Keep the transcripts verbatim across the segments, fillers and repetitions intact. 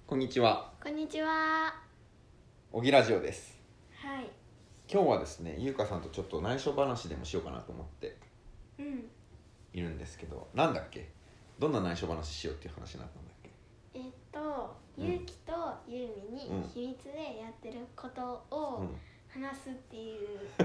こんにちは。 こんにちは。 おぎラジオです。 はい。 今日はですね、ゆうかさんとちょっと内緒話でもしようかなと思ってうんいるんですけど、なんだっけ、どんな内緒話しようっていう話になったんだっけ。 えっと、 うんゆうきとゆうみにうん秘密でやってることをう話すっていう、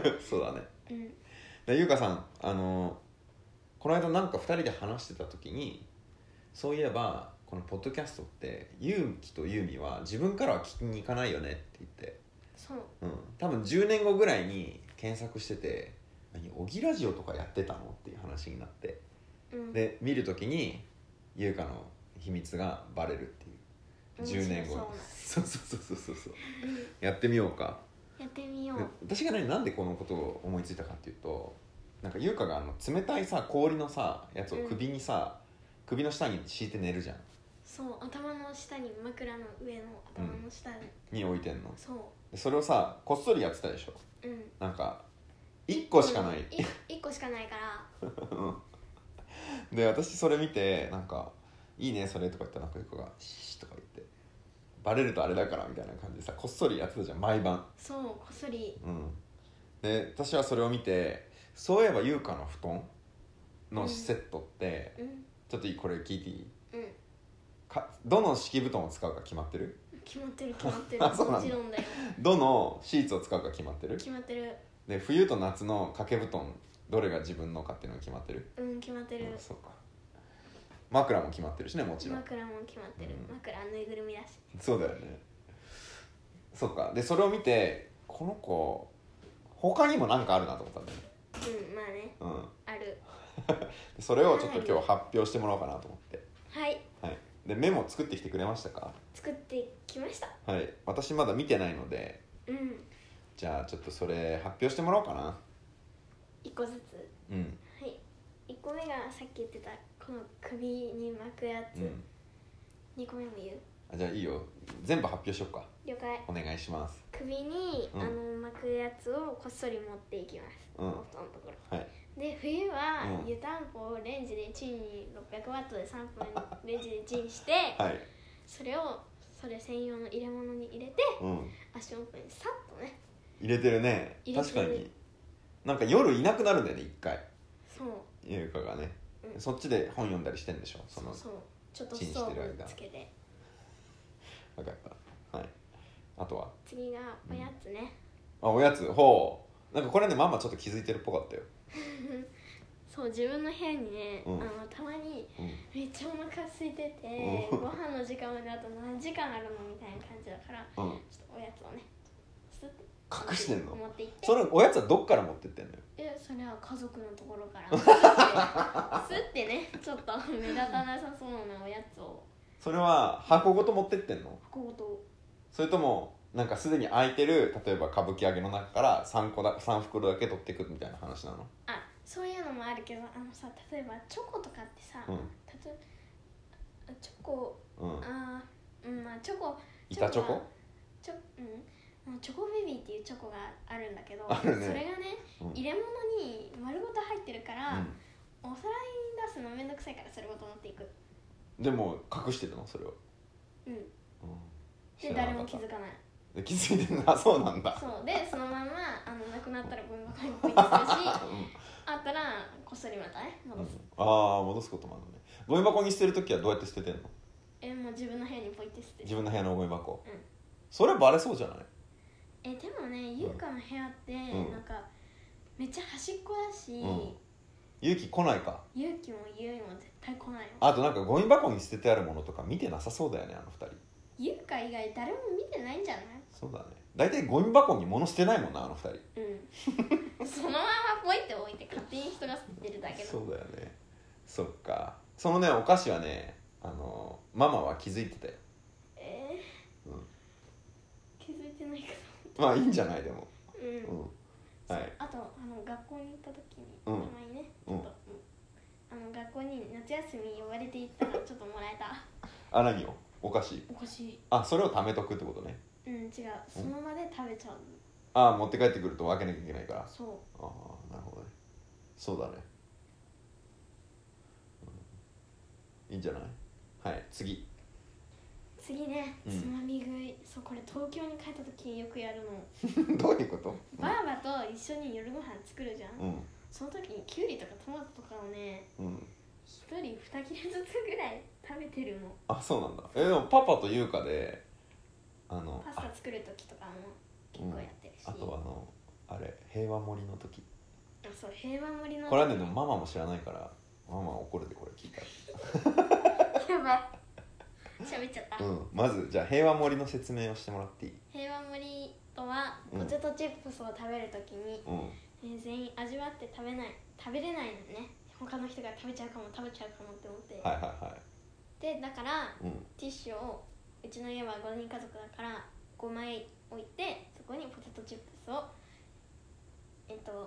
んそうだね。 うん、 でゆうかさん、あのこの間なんかふたりで話してた時に、そういえばこのポッドキャストってゆうきとゆうみは自分からは聞きに行かないよねって言って、 そううん、多分じゅうねんごぐらいに検索してて、何おぎラジオとかやってたのっていう話になって、 うん、 で見るときに優香の秘密がバレるっていう、じゅうねんごにそうそうそうそうそうやってみようか。 やってみよう。 私がね、なんでこのことを思いついたかっていうと、なんか優香があの冷たいさ氷のさやつを首にさ、うん、首の下に敷いて寝るじゃん。 そう、頭の下に、枕の上の頭の下に、 うん、に置いてんの。 そうでそれをさこっそりやってたでしょ。 うん、 なんかいっこしかないいいっこしかないからで私それ見て、なんかいいねそれとか言ったら、なんかゆうかがシーとか言ってバレるとあれだからみたいな感じでさ、こっそりやってたじゃん毎晩。 そう、こっそり。 うんで私はそれを見て、そういえば優香の布団のセットって、 うん、 ちょっとこれ聞いていい？ うんかどの敷布団を使うか決まってる？ 決まってる決まってるあそうなんだ。 もちろんだよ。 どのシーツを使うか決まってる？ 決まってる。 で冬と夏の掛け布団どれが自分のかっていうのが決まってる？ うん、決まってる、 うん、そうか。枕も決まってるしね、もちろん。 枕も決まってる、うん、枕ぬいぐるみだし。 そうだよね。そっか。でそれを見て、この子他にも何かあるなと思ったんだよね。 うん、まあね、 うん、 ある。 それをちょっと今日発表してもらおうかなと思って。 はい、 はい、でメモ作ってきてくれましたか？ 作ってきました。 はい、私まだ見てないので、 うん、 じゃあちょっとそれ発表してもらおうかな。 いっこずつ。 うん、 はい、いっこめがさっき言ってたこの首に巻くやつ、うん、にこめも言う？ あ、じゃあいいよ、全部発表しようか。 了解。 お願いします。 首に、うん、あの巻くやつをこっそり持っていきます、 うん、 お布団のところ。 はい。 で冬は、 うん、 湯たんぽをレンジでチンにろっぴゃくワットでさんぷんレンジでチンしてはい、 それをそれ専用の入れ物に入れて、うん、足元にさっとね入れてるね。確かになんか夜いなくなるんだよね、一回。 そうゆうかがね、 うん、 そっちで本読んだりしてんでしょ。そのそうそう、ちょっとストーブつけて。 分かった。はい。あとは次がおやつね、 うん、あ、おやつ。ほう、なんかこれねママちょっと気づいてるっぽかったよそう、自分の部屋にね、うん、あのたまに、うん、めっちゃお腹空いてて、うん、ご飯の時間まであと何時間あるのみたいな感じだから、うん、ちょっとおやつをねスッて隠してんの？ 持って行って。 それおやつはどっから持ってってんのよ？ え、それは家族のところからスッてね、ちょっと目立たなさそうなおやつを。 それは箱ごと持ってってんの？ 箱ごと。それともなんかすでに空いてる、例えば歌舞伎揚げの中からさんこださん袋だけ取っていくみたいな話なの？ あ、そういうのもあるけど、あのさ、例えばチョコとかってさ、うん、たとチョコ、うん、あー、うん、まあチョコ、 板チョコ？ チョ、うん、チョコベビーっていうチョコがあるんだけど、 ね、 それがね、うん、入れ物に丸ごと入ってるから、うん、お皿に出すのめんどくさいからそれごと持っていく。 でも隠してるのそれを？うん、うん、 で誰も気づかない。 で気づいてるな。そうなんだ。 そうで、そのままあのなくなったらゴミ箱にポイってするし、うん、あったらこっそりまたね戻す、 うん、ああ、戻すこともあるのね。ゴミ箱に捨てるときはどうやって捨ててんの？ え、もう自分の部屋にポイって捨てる。 自分の部屋のゴミ箱。うん、 そそれバレそうじゃない？ え、でもね、優香の部屋って、うん、なんかめっちゃ端っこだし、うん、 勇気来ないか。 勇気も優も絶対来ないよ。 あとなんかゴミ箱に捨ててあるものとか見てなさそうだよね、あの二人。 優香以外誰も見てないんじゃない？ そうだね。大体ゴミ箱に物捨てないもんな、あの二人。 うんそのままポイって置いて勝手に人が捨ててるだけだ。 そうだよね。そっか。そのねお菓子はね、あのママは気づいてたよ。 えー、うん、気づいてないかと。まあいいんじゃない？でもうん、うん、 はい。 あとあの学校に行った時に、 うん、 たまにねちょっと、うん、あの学校に夏休み呼ばれて行ったらちょっともらえた。 あ、何を？お菓子？ お菓子。 あ、それを貯めとくってことね。 うん、違う、その場で食べちゃう。 ああ、持って帰ってくると分けなきゃいけないから。 そう。 ああ、なるほどね。そうだね、うん、いいんじゃない？はい、次次ね、つまみ食い、うん、そうこれ東京に帰った時によくやるのどういうこと？ ばあばと一緒に夜ご飯作るじゃん、うん、その時にきゅうりとかトマトとかをね、うん、ひとりに切れずつぐらい食べてるの。 あ、そうなんだ。え、でもパパと優香であのパスタ作る時とかも結構やってるし、 うん、あとあのあれ平和森の時、 あ、そう平和森の時、 これはねでもママも知らないからママ怒るでこれ聞いたらやば喋っちゃった、 うん、まずじゃあ平和森の説明をしてもらっていい？ 平和森とはポテトチップスを食べるときに、うんえー、全員味わって食べない食べれないのね。他の人が食べちゃうかも食べちゃうかもって思って、 はいはいはい、 でだから、うん、ティッシュをうちの家はごにん家族だからごまい置いて、そこにポテトチップスをえっと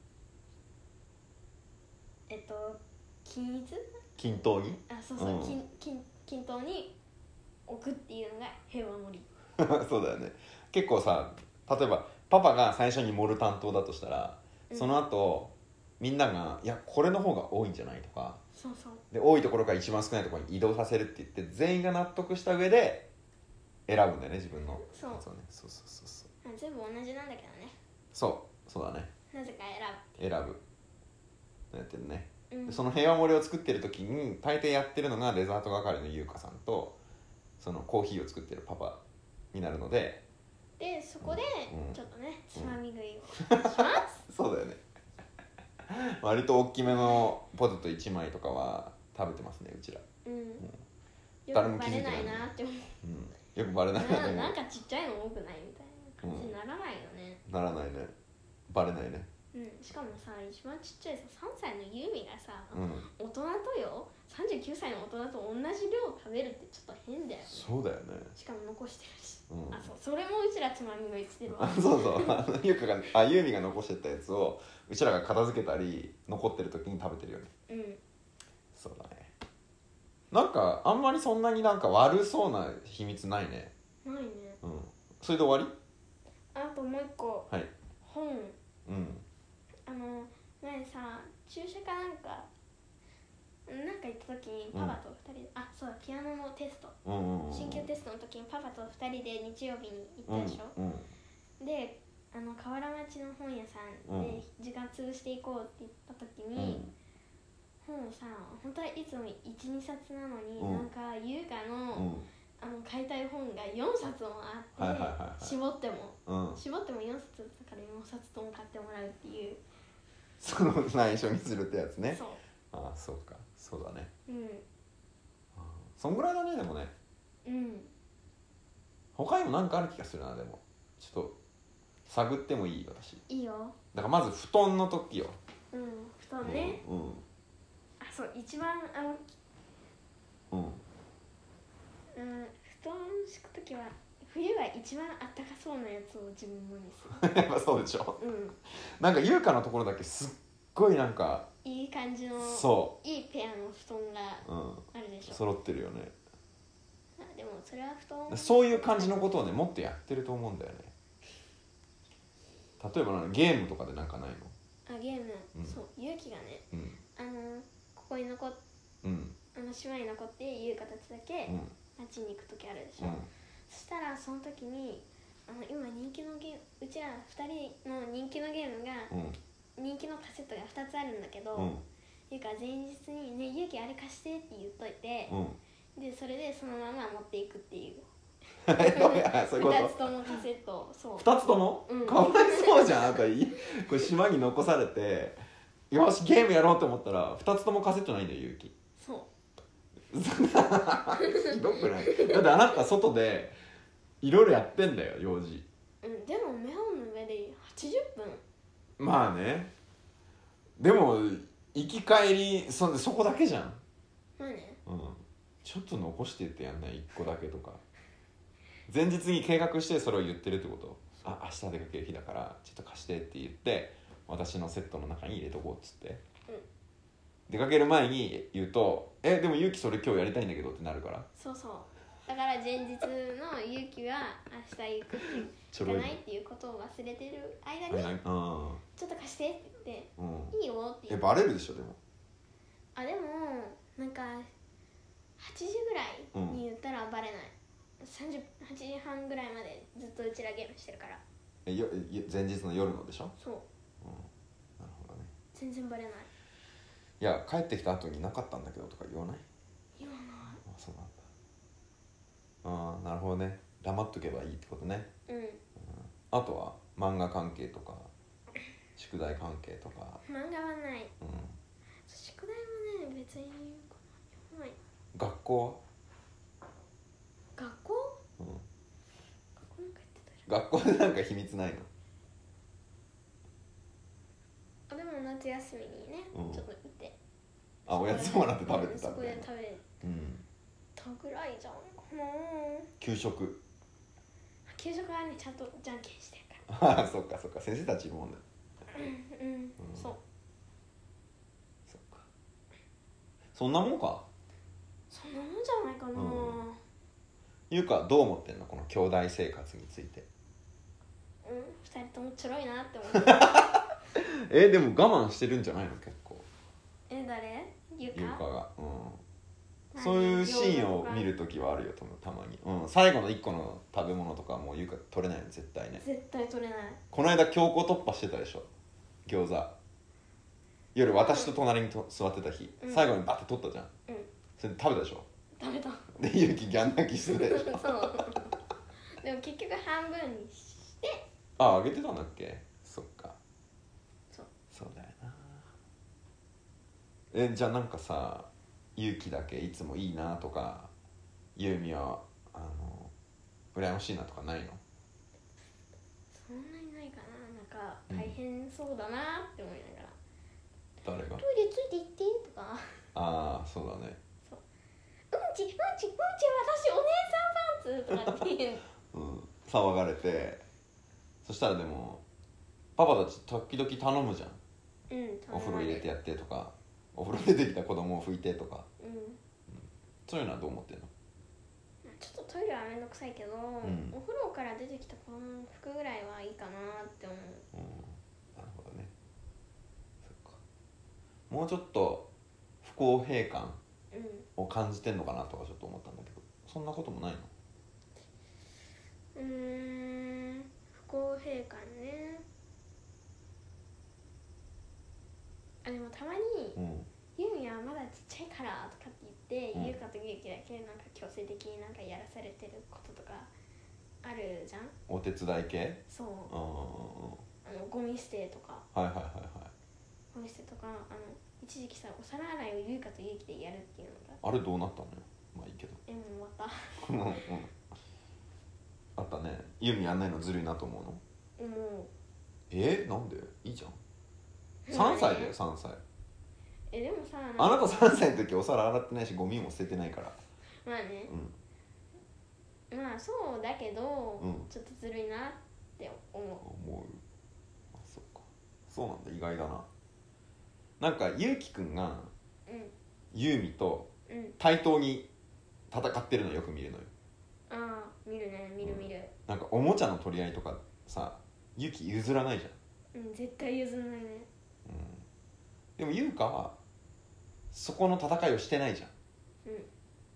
えっと均一均等にあそうそう、うん、均均均等に置くっていうのが平和盛りそうだよね。結構さ、例えばパパが最初に盛る担当だとしたら、うん、その後みんながいやこれの方が多いんじゃないとか、 そうそうで多いところから一番少ないところに移動させるって言って全員が納得した上で選ぶんだよね、自分の。 そうそうね、そうそうそうそう。 全部同じなんだけどね。 そうそうだね。 なぜか選ぶ選ぶやってるね、うん、その平和盛りを作ってる時に大抵やってるのがデザート係の優香さんとそのコーヒーを作ってるパパになるので、 でそこでちょっとね、うん、つまみ食いをしますそうだよね割と大きめのポテトいちまいとかは食べてますね、うちら。うん、うん、 よくバレないなって思う、 うん、よくバレないなな, なんかちっちゃいの多くないみたいな感じにならないよね、 うん、ならないね、バレないね。 うん、しかもさ、一番ちっちゃいささんさいのユーミがさ、うん、大人とよさんじゅうきゅうさいの大人と同じ量食べるってちょっと変だよね。 そうだよね。 しかも残してるし、うん、あ、そう、それもうちらつまみ食いしてるわ。 そうそう、あのユウがあユーミが残してったやつをうちらが片付けたり残ってる時に食べてるよね。うん、そうだね。なんかあんまりそんなになんか悪そうな秘密ないね。 ないね。 うん。それで終わり？ あともう一個。 はい。 本。 うん。 あの前さ、注射かなんかなんか行った時にパパとふたりで、うん、あ、そうだ、ピアノのテスト、うんうんうん、進級テストの時にパパとふたりで日曜日に行ったでしょ、うんうん、で、あの河原町の本屋さんで時間潰していこうって言った時に、うん、本をさ、本当はいつも いちにさつなのに、うん、なんか優香の、うん、あの買いたい本がよんさつもあって、はいはいはいはい、絞っても、うん、絞ってもよんさつだからよんさつとも買ってもらうっていう、 その内緒にするってやつね。 そう。 ああ、そうか、そうだね。 うん。 あ、そんぐらいだね、でもね。 うん。 他にも何かある気がするな、でも。ちょっと探ってもいい？私。 いいよ。 だからまず布団の時よ。 うん、布団ね。うん。うん、あ、そう、一番あの。うん。うん、布団敷く時は。冬は一番あったかそうなやつを自分のにする。 やっぱそうでしょ。うん。なんか優香のところだけすっごいなんかいい感じの、 そういいペアの布団があるでしょ。 うん、揃ってるよね。 あ、でもそれは布団。 そういう感じのことをね、もっとやってると思うんだよね。例えばなんかゲームとかでなんかないの？ あ、ゲーム、うん、そう、勇気がね、うん、あのここに残っ、うん、あの島に残って優香たちだけ街に行く時あるでしょ。うん、そしたらその時にあの今人気のゲーム、うちらふたりの人気のゲームが、うん、人気のカセットがふたつあるんだけど、うん、ゆうか前日にね、ゆうきあれ貸してって言っといて、うん、でそれでそのまま持っていくっていうふたつともカセット。そうふたつとも、うん、かわいそうじゃん。あんたこれ島に残されてよしゲームやろうと思ったらふたつともカセットないんだよ、ゆうき。 そうひどくない？だってあなた外でいろいろやってんだよ、用事。 うん、でもメロンの上ではちじゅっぷん。 まあね。でも行き帰り そ, そこだけじゃん。 まあね、 うん、ちょっと残してってやんない？いっこだけとか前日に計画してそれを言ってるってこと？あ、明日出かける日だからちょっと貸してって言って私のセットの中に入れとこうっつって、うん、出かける前に言うと、え、でもゆうきそれ今日やりたいんだけどってなるから。 そうそう、だから前日のゆうきは明日行くって行かないっていうことを忘れてる間にちょっと貸してって言って、うん、いいよって言って。 え、バレるでしょでも。 あ、でもなんかはちじぐらいに言ったらバレない。 さんじゅうはちじはんぐらいまでずっとうちらゲームしてるから。 えよ前日の夜のでしょ。 そう、 うん、なるほどね。 全然バレない。 いや帰ってきた後になかったんだけどとか言わない？ 言わない。 あ、そうなんだ。ああ、なるほどね。黙っとけばいいってことね。 うん、うん、 あとは漫画関係とか宿題関係とか。 漫画はない、 うん、 宿題もね別にない。 学校は？ 学校、 うん、 学校なんかやってたら。 学校でなんか秘密ないの？ あ、でも夏休みにね、うん、ちょっと行って、 あ、おやつもらって食べてたみたいな。 そこで食べたぐらいじゃんかな。 給食給食はねちゃんとじゃんけんしてるから。 ああ、そっかそっか、先生たちいるもんね。 うん、うん、うん、そう。 そっか、そんなもんか。 そんなもんじゃないかな。うん、 ゆうかどう思ってんの、この兄弟生活について。 うん、ふたりともちょろいなって思ってえ、でも我慢してるんじゃないの結構。 え、誰？ゆうか？ ゆうかが、うん、そういうシーンを見るときはあるよ、たまに、うん、最後のいっこの食べ物とかもうゆうか取れないの絶対ね。 絶対取れない。 この間強行突破してたでしょ、餃子。夜私と隣にと座ってた日、うん、最後にバッて取ったじゃん、うん、それで食べたでしょ。 食べた。 でゆうきギャン泣きしてたでしょそうでも結局半分にしてあ、あげてたんだっけ。そっか、 そうそうだよな。え、じゃあなんかさ、ゆうきだけいつもいいなとか、ゆうみはあの羨ましいなとかないの？ そんなにないかな。なんか大変そうだなって思いながら、 誰が？ トイレついて行ってとか。 ああ、そうだね。 そう、うんちうんちうんち、私お姉さんパンツとかっていううん、騒がれて、そしたらでもパパたち時々頼むじゃん、 うん、 お風呂入れてやってとか、お風呂出てきた子供を拭いてとか、うん、うん、そういうのはどう思ってんの？ ちょっとトイレはめんどくさいけど、うん、お風呂から出てきた子供の服ぐらいはいいかなって思う、うん、 なるほどね。そっか、もうちょっと不公平感を感じてんのかなとかちょっと思ったんだけど、そんなこともないの？ うーん、不公平感ね。あ、でもたまに、うん、ゆうみはまだちっちゃいからとかって言って、うん、ゆうかとゆうきだけなんか強制的になんかやらされてることとかあるじゃん。 お手伝い系？ そう、あのゴミ捨てとか、 はいはいはいはい、 ゴミ捨てとか、あの一時期さ、お皿洗いをゆうかとゆうきでやるっていうのがあれどうなったのよ。まあいいけど。 え、もう終わったうん、あったね。ゆうみやんないのずるいなと思うの？ もうえー、なんで？いいじゃん。さんさいだよ、さんさい。 え、でもさ、 あなたさんさいの時お皿洗ってないしゴミも捨ててないから。 まあね、うん、まあそうだけど、うん、ちょっとずるいなって思う思う。あ、そっか、そうなんだ、意外だな。なんかゆうきくんが、うん、ゆうみと対等に戦ってるのよく見るのよ。 ああ、見るね、見る見る、うん、 なんかおもちゃの取り合いとかさ、ゆうき譲らないじゃん。うん、絶対譲らないね。 うん、でもゆうかはそこの戦いをしてないじゃん。うん、うん、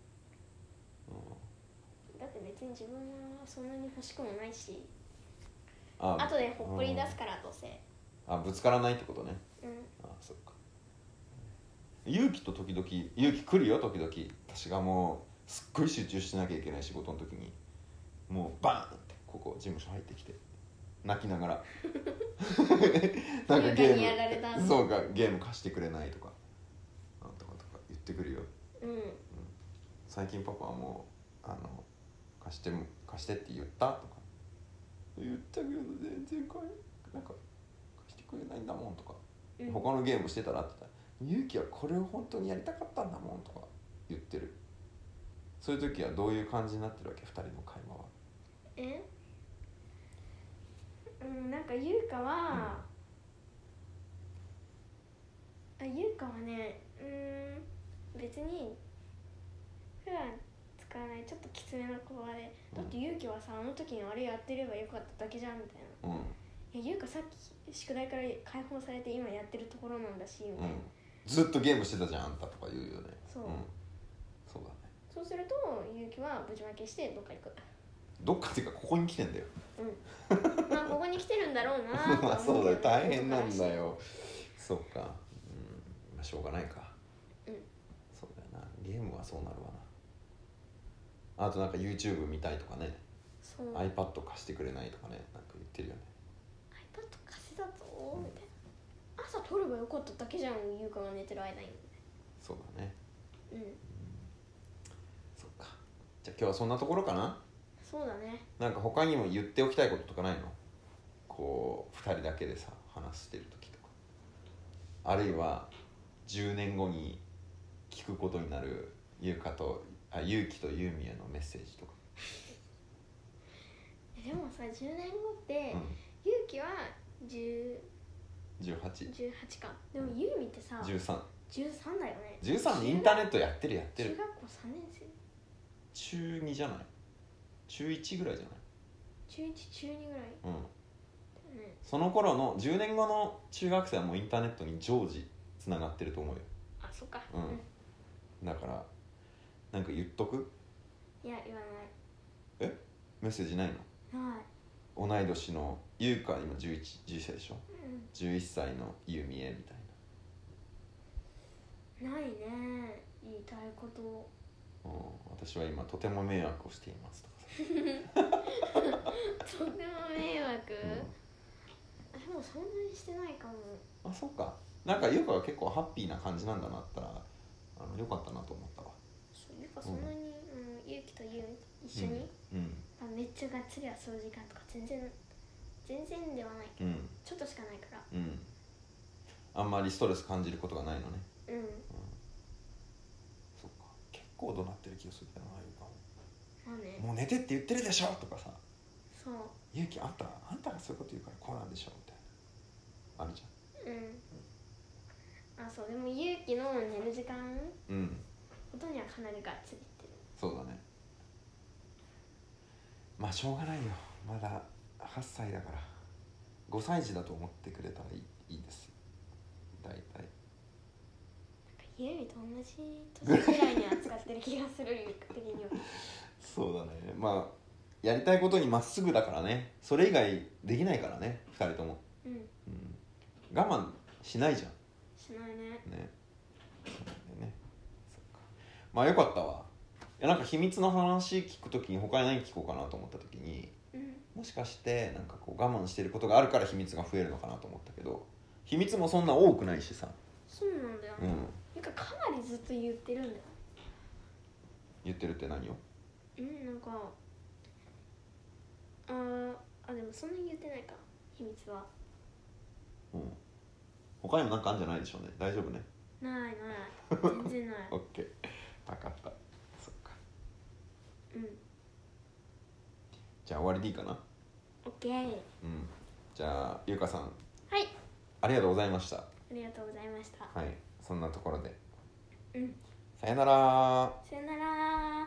だって別に自分はそんなに欲しくもないし、あ後でほっぽり出すからどうせ。 あ、ぶつからないってことね。うん、あ、そっか。ゆうきと時々、ゆうき来るよ時々。私がもうすっごい集中しなきゃいけない仕事の時に、もうバーンってここ事務所入ってきて泣きながらなんかゲーム、そうか、ゲーム貸してくれないとかなんとかとか言ってくるよ、うんうん、最近パパはもうあの貸して貸してって言ったとか言ったけど全然かなんか貸してくれないんだもんとか、うん、他のゲームしてたらって言ったら、ゆうきはこれを本当にやりたかったんだもんとか言ってる。そういう時はどういう感じになってるわけ、ふたりの会話は。 え、うん、なんかゆうかは、うん、あ、ゆうかはね、うーん、別に普段使わないちょっときつめな言葉で、うん、だってゆうきはさ、あの時にあれやってればよかっただけじゃんみたいな、うん、いやゆうかさっき宿題から解放されて今やってるところなんだしみたいな、うん、 ずっとゲームしてたじゃんあんたとか言うよね。 そう、うん、 そうだね。 そうするとゆうきはぶちまけしてどっか行く。 どっかっていうかここに来てんだよ。 うんまあここに来てるんだろうなとまあそうだよ、大変なんだよ。 よ。そっか、うん、まあしょうがないか。 うんそうだよな、ゲームはそうなるわな。あとなんか YouTube 見たいとかね、 そう iPad 貸してくれないとかね、なんか言ってるよね。 iPad 貸せたぞみたいな、朝撮ればよかっただけじゃん、ゆうかが寝てる間に。 そうだね。 うん、 そっか、じゃあ今日はそんなところかな。 そうだね。 なんか他にも言っておきたいこととかないの？こうふたりだけでさ話してる時とか、あるいはじゅうねんごに聞くことになるゆうかとあゆうきとゆうみへのメッセージとか。 でもさ、じゅうねんごって、うん、ゆうきはじゅう じゅうはち, じゅうはちか。でもゆうみってさじゅうさんじゅうさんだよね。 じゅうさんにインターネットやってるやってる。 中学校さんねん生。 中にじゃない？中いちぐらいじゃない？ 中いち、中にぐらい。 うん、ね、その頃のじゅうねんごの中学生はもうインターネットに常時つながってると思うよ。 あ、そっか。 うん、うん、だからなんか言っとく？ いや、言わない。 え？メッセージないの？ ない。 同い年のゆうか今じゅういち、じゅういっさいでしょ、うん、じゅういっさいのゆうみえみたいな。ないね、言いたいこと。 うん、私は今とても迷惑をしていますとかとても迷惑、うん、でもそんなにしてないかも。 あ、そうか。なんかゆうかが結構ハッピーな感じなんだなったらあのよかったなと思ったわ。 そう、ゆうかそんなに、うん、ゆうきとゆう一緒に、うんうん、あめっちゃがっつり遊ぶ時間とか全然全然ではないけど、うん、ちょっとしかないから、うん、 あんまりストレス感じることがないのね。うん、うん、そっか。結構怒鳴ってる気がするけどな、ゆうかも。まあね、もう寝てって言ってるでしょとかさ、そう、ゆうきあんたあんたがそういうこと言うからこうなんでしょみたいなあるじゃん。うん、 うん、あ、そう。でもゆうきの寝る時間、うん、ことにはかなりがっつりってる。 そうだね。まあしょうがないよ、まだはっさいだから。ごさい児だと思ってくれたらいい、いいですよ。大体ゆうみと同じ年ぐらいに扱ってる気がするゆうか的には。 そうだね。まあやりたいことにまっすぐだからね。それ以外できないからね、ふたりとも、うんうん、我慢しないじゃん。 しないね。ね、 そうだね。そっか。まあよかったわ。いや、なんか秘密の話聞くときに他に何聞こうかなと思ったときに、うん、もしかしてなんかこう我慢してることがあるから秘密が増えるのかなと思ったけど、秘密もそんな多くないしさ。 そうなんだよね、うん、なんかかなりずっと言ってるんだよ。 言ってるって何を？ うん、なんかああ、でもそんなに言ってないか、秘密は。 うん、他にもなんかあるんじゃないでしょうね。大丈夫ね。 ないない全然ない。 オッケー、分かった。そっか。うん、じゃあ終わりでいいかな。 オッケー。うん、 じゃあゆうかさん、 はい、 ありがとうございました。 ありがとうございました。 はい、そんなところで、 うん、 さよなら。 さよなら。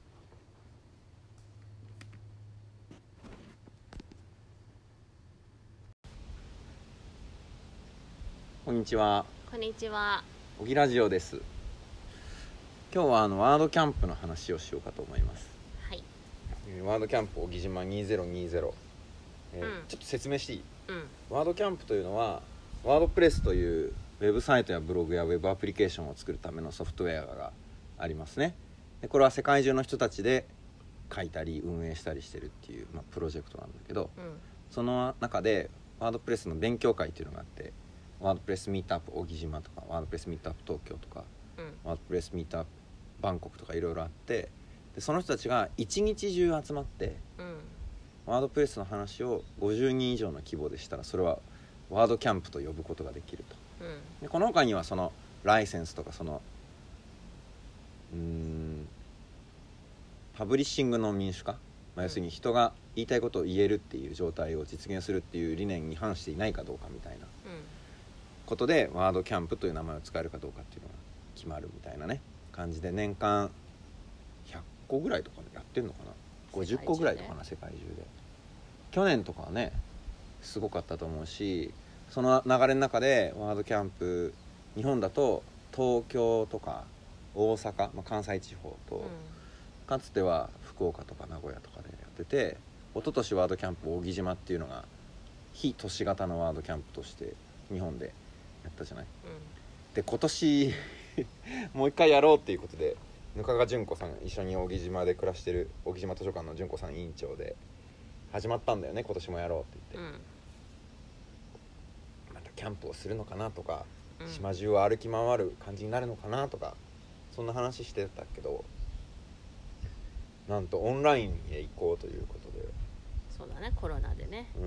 こんにちは。 こんにちは。 おぎラジオです。今日はあのワードキャンプの話をしようかと思います。 はい。 ワードキャンプ小木島にせんにじゅう、えーうん、ちょっと説明していい？うん、ワードキャンプというのはワードプレスというウェブサイトやブログやウェブアプリケーションを作るためのソフトウェアがありますね。でこれは世界中の人たちで書いたり運営したりしてるっていう、まあ、プロジェクトなんだけど、うん、その中でワードプレスの勉強会っていうのがあって、ワードプレスミートアップ小木島とかワードプレスミートアップ東京とか、うん、ワードプレスミートアップバンコクとかいろいろあって、でその人たちが一日中集まって、うん、ワードプレスの話をごじゅうにん以上の規模でしたらそれはワードキャンプと呼ぶことができると、うん、でこの他にはそのライセンスとかそのうーんパブリッシングの民主化、まあ、要するに人が言いたいことを言えるっていう状態を実現するっていう理念に反していないかどうかみたいなことで、ワードキャンプという名前を使えるかどうかっていうのが決まるみたいなね感じで、年間ひゃっこぐらいとかやってんのかな、ごじゅっこぐらいとかな、世界中で。去年とかはねすごかったと思うし、その流れの中でワードキャンプ日本だと東京とか大阪、まあ、関西地方と、うん、かつては福岡とか名古屋とかでやってて、一昨年ワードキャンプ扇島っていうのが非都市型のワードキャンプとして日本でやったじゃない、うん、で今年もう一回やろうっていうことで額賀純子さん一緒に扇島で暮らしてる扇島図書館の純子さん委員長で始まったんだよね。今年もやろうって言って、うん、またキャンプをするのかなとか、うん、島中を歩き回る感じになるのかなとか、そんな話してたけど、なんとオンラインへ行こうということで。 そうだね、コロナでね、うん、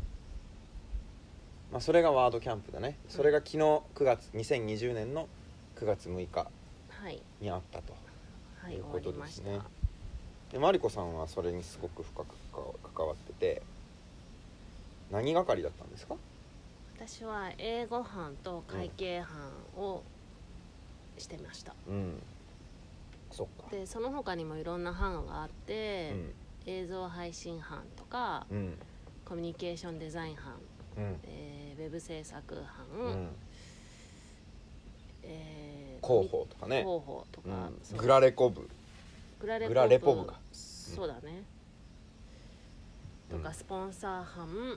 まあ、それがワードキャンプだね。それが昨日くがつにせんにじゅうねんのくがつむいかにあったと、はい、いうことですね。でマリコさんはそれにすごく深く関わってて、何係だったんですか？ 私は英語班と会計班をしてました、うん、 そっか。 でその他にもいろんな班があって、うん、映像配信班とか、うん、コミュニケーションデザイン班、うんえー、ウェブ制作班、うんえー、広報とかね、 広報とか、 うん、グラレコ部グラレグラレポ部が、 そうだね、うん、とかスポンサー班、なんか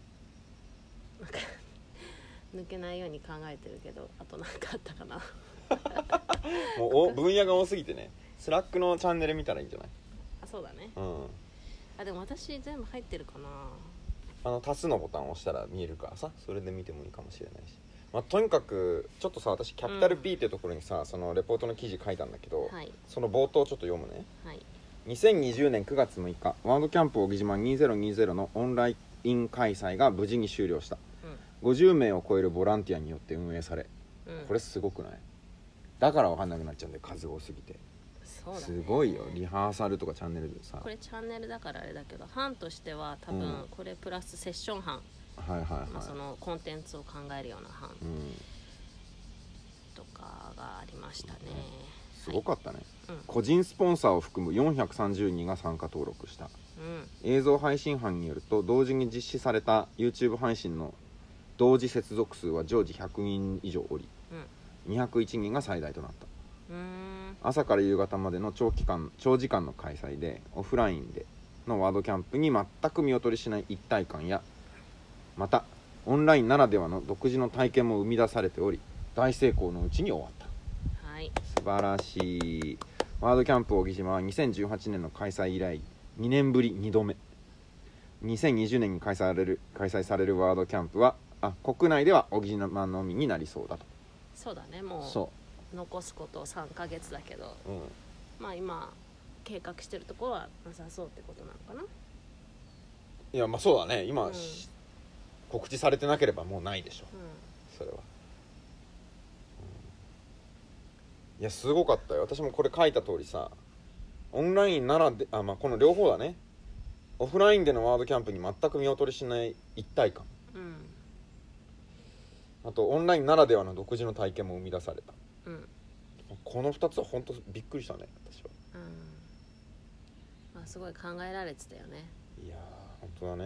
抜けないように考えてるけど、あと何かあったかなもうお分野が多すぎてね、スラックのチャンネル見たらいいんじゃない？ あ、そうだね、うん、あでも私全部入ってるかな。 あの足すのボタンを押したら見えるからさ、それで見てもいいかもしれないし、まあ、とにかくちょっとさ、私キャピタル P っていうところにさ、うん、そのレポートの記事書いたんだけど、はい、その冒頭ちょっと読むね、はい、にせんにじゅうねんくがつむいかワードキャンプ扇島にせんにじゅうのオンライン開催が無事に終了した、うん、ごじゅうめいを超えるボランティアによって運営され、うん、これすごくない？だから分かんなくなっちゃうんだよ、数多すぎて。 そうだね、 すごいよ。リハーサルとかチャンネルでさ、 これチャンネルだからあれだけど、班としては多分これプラスセッション班、 はいはいはい、 まあ、そのコンテンツを考えるような班、うん、とかがありましたね、 うん、すごかったね、はい、うん、個人スポンサーを含むよんひゃくさんじゅうにんが参加登録した、うん、映像配信班によると同時に実施された YouTube 配信の同時接続数は常時ひゃくにん以上おり、うん、にひゃくいちにんが最大となった。うーん、朝から夕方までの長期間長時間の開催でオフラインでのワードキャンプに全く見劣りしない一体感や、またオンラインならではの独自の体験も生み出されており、大成功のうちに終わった、はい、素晴らしい。ワードキャンプ扇島はにせんじゅうはちねんの開催以来にねんぶりにどめ、にせんにじゅうねんに開催される開催されるワードキャンプはあ国内では扇島のみになりそうだと。 そうだね、もうそう残すことさんかげつだけど、うん、まあ今計画してるところはなさそうってことなのかな。 いやまあそうだね、今、うん、告知されてなければもうないでしょ、うん、それは、うん、いやすごかったよ。私もこれ書いた通りさ、オンラインならであ、まあ、この両方だね、オフラインでのワードキャンプに全く見劣りしない一体感、うん、あとオンラインならではの独自の体験も生み出された、うん、このふたつは本当びっくりしたね私は、うん、 まあ、すごい考えられてたよね。 いやー本当だね、うん、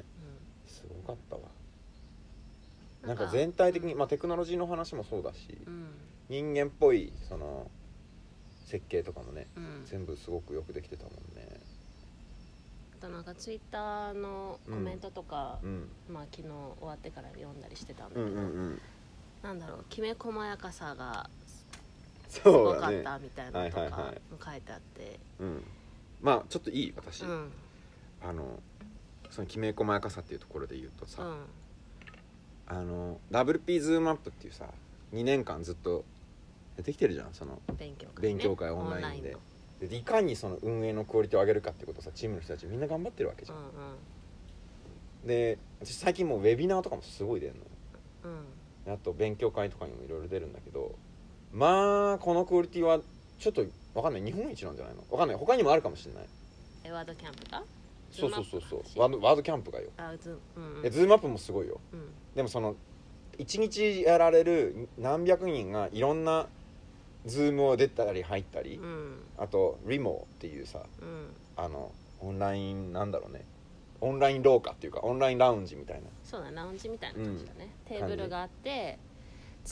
すごかったわ。なんか全体的に、まあ、テクノロジーの話もそうだし、うん、人間っぽいその設計とかもね、うん、全部すごくよくできてたもんね。 あとなんかツイッターのコメントとか、うん、まあ、昨日終わってから読んだりしてたんだけど、うんうんうん、なんだろう、きめ細やかさがすごかったみたいなのとか書いてあって、 うん、まあちょっといい私、うん、あのそのきめ細やかさっていうところで言うとさ、うん、あの ダブリューピー ズームアップっていうさにねんかんずっとやってきてるじゃん、その勉強会、ね、 勉強会オンラインで、でいかにその運営のクオリティを上げるかってことをさチームの人たちみんな頑張ってるわけじゃん、うんうん、で私最近もうウェビナーとかもすごい出るの、うん、あと勉強会とかにもいろいろ出るんだけど、まあこのクオリティはちょっと分かんない、日本一なんじゃないの分かんない、他にもあるかもしれない。 えワードキャンプがそうそうそうそうワード、ワードキャンプがよ、 あズ、うんうん、 えズームアップもすごいよ、うん、でもそのいちにちやられる何百人がいろんなズームを出たり入ったり、うん、あとリモっていうさ、うん、あのオンラインなんだろうね、オンライン廊下っていうかオンラインラウンジみたいな、 そうだラウンジみたいな感じだね、うん、テーブルがあって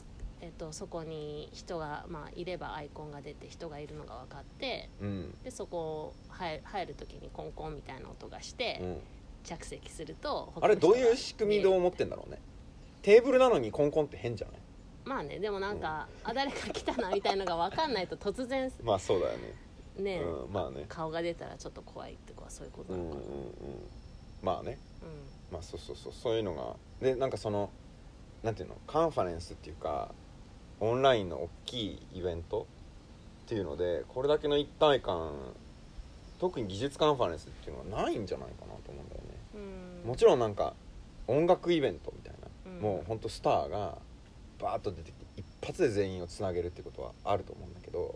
えっと、そこに人が、まあ、いればアイコンが出て人がいるのが分かって、うん、でそこ入入る時にコンコンみたいな音がして、うん、着席するとあれどういう仕組みで思ってんだろうね。テーブルなのにコンコンって変じゃない？ まあね、でもなんか、うん、あ誰か来たなみたいのが分かんないと突然まあそうだよねね、 うん、まあね顔が出たらちょっと怖いってかそういうことなのかな、うんうんうん、 まあね、うん、まあそうそうそうそういうのがでなんかそのなんていうのカンファレンスっていうかオンラインの大きいイベントっていうのでこれだけの一体感特に技術カンファレンスっていうのはないんじゃないかなと思うんだよね、うん、もちろんなんか音楽イベントみたいな、うん、もうほんとスターがバーッと出てきて一発で全員をつなげるってことはあると思うんだけど、うん、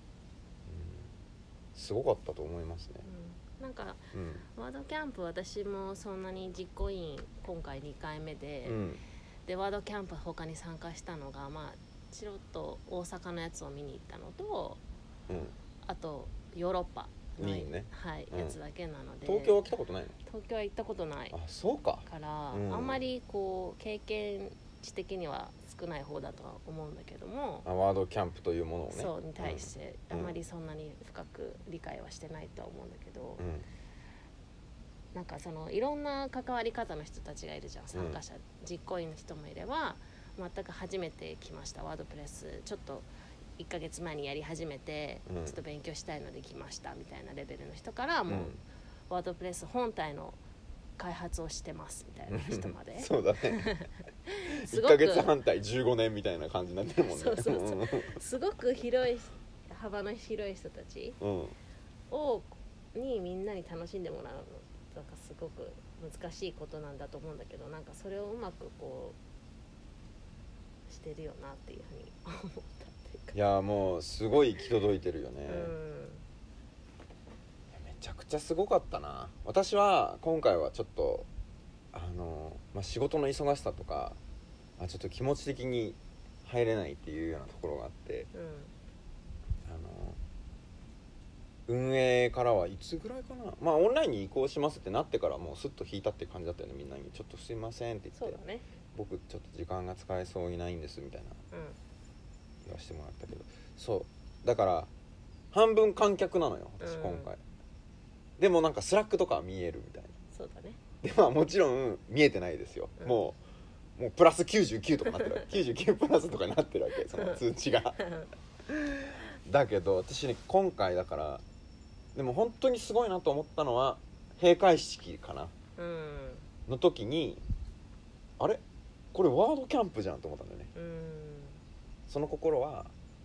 すごかったと思いますね、 うん、なんか、うん、ワードキャンプ私もそんなに実行委員今回にかいめで、うん、でワードキャンプ他に参加したのがまあチロッと大阪のやつを見に行ったのと、うん、あとヨーロッパの、ねはい、やつだけなので、 東京は来たことないの？ 東京は行ったことないあそうかから、うん、あんまりこう経験値的には少ない方だとは思うんだけどもあワードキャンプというものをねそうに対してあんまりそんなに深く理解はしてないとは思うんだけど、うん、なんかそのいろんな関わり方の人たちがいるじゃん参加者、うん、実行委員の人もいれば全く初めて来ましたワードプレスちょっといっかげつまえにやり始めて、うん、ちょっと勉強したいので来ましたみたいなレベルの人からもう、うん、ワードプレス本体の開発をしてますみたいな人までそうだねいっかげつはん対じゅうごねんみたいな感じになってるもんねそうそうそうすごく広い幅の広い人たちを、うん、にみんなに楽しんでもらうのなんかすごく難しいことなんだと思うんだけどなんかそれをうまくこうしてるよなっていうふうに思ったっていうかいやもうすごい行き届いてるよね、うんめちゃくちゃすごかったな。私は今回はちょっとあの、まあ、仕事の忙しさとかあちょっと気持ち的に入れないっていうようなところがあって、うん、あの運営からはいつぐらいかなまあオンラインに移行しますってなってからもうスッと引いたって感じだったよねみんなにちょっとすいませんって言って、 そうだね、 僕ちょっと時間が使えそうにないんですみたいな、うん、言わせてもらったけどそうだから半分観客なのよ私今回、うんでもなんかスラックとかは見えるみたいなそうだねでまあもちろん見えてないですよ、うん、もうもうプラスきゅうじゅうきゅうとかなってるわけきゅうじゅうきゅうプラスとかになってるわけその通知がだけど私ね今回だからでも本当にすごいなと思ったのは閉会式かな、うん、の時にあれこれワードキャンプじゃんと思ったんだよね、うん、その心は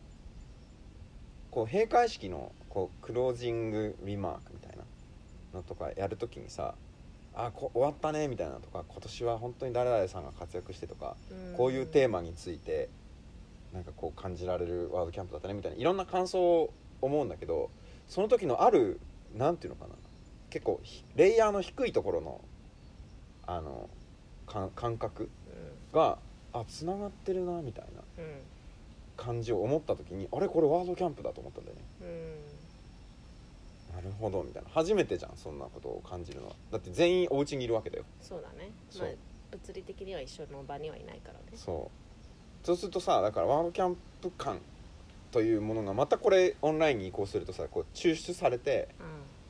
こう閉会式のこうクロージングリマークみたいなのとかやるときにさあこ終わったねみたいなとか今年は本当に誰々さんが活躍してとかこういうテーマについてなんかこう感じられるワードキャンプだったねみたいないろんな感想を思うんだけどその時のあるなんていうのかな結構レイヤーの低いところのあの感覚があつながってるなみたいな感じを思った時にあれこれワードキャンプだと思ったんだよね、うん、なるほどみたいな初めてじゃんそんなことを感じるのはだって全員お家にいるわけだよそうだねそう、まあ、物理的には一緒の場にはいないからねそうそうするとさだからワードキャンプ感というものがまたこれオンラインに移行するとさこう抽出されて、うん、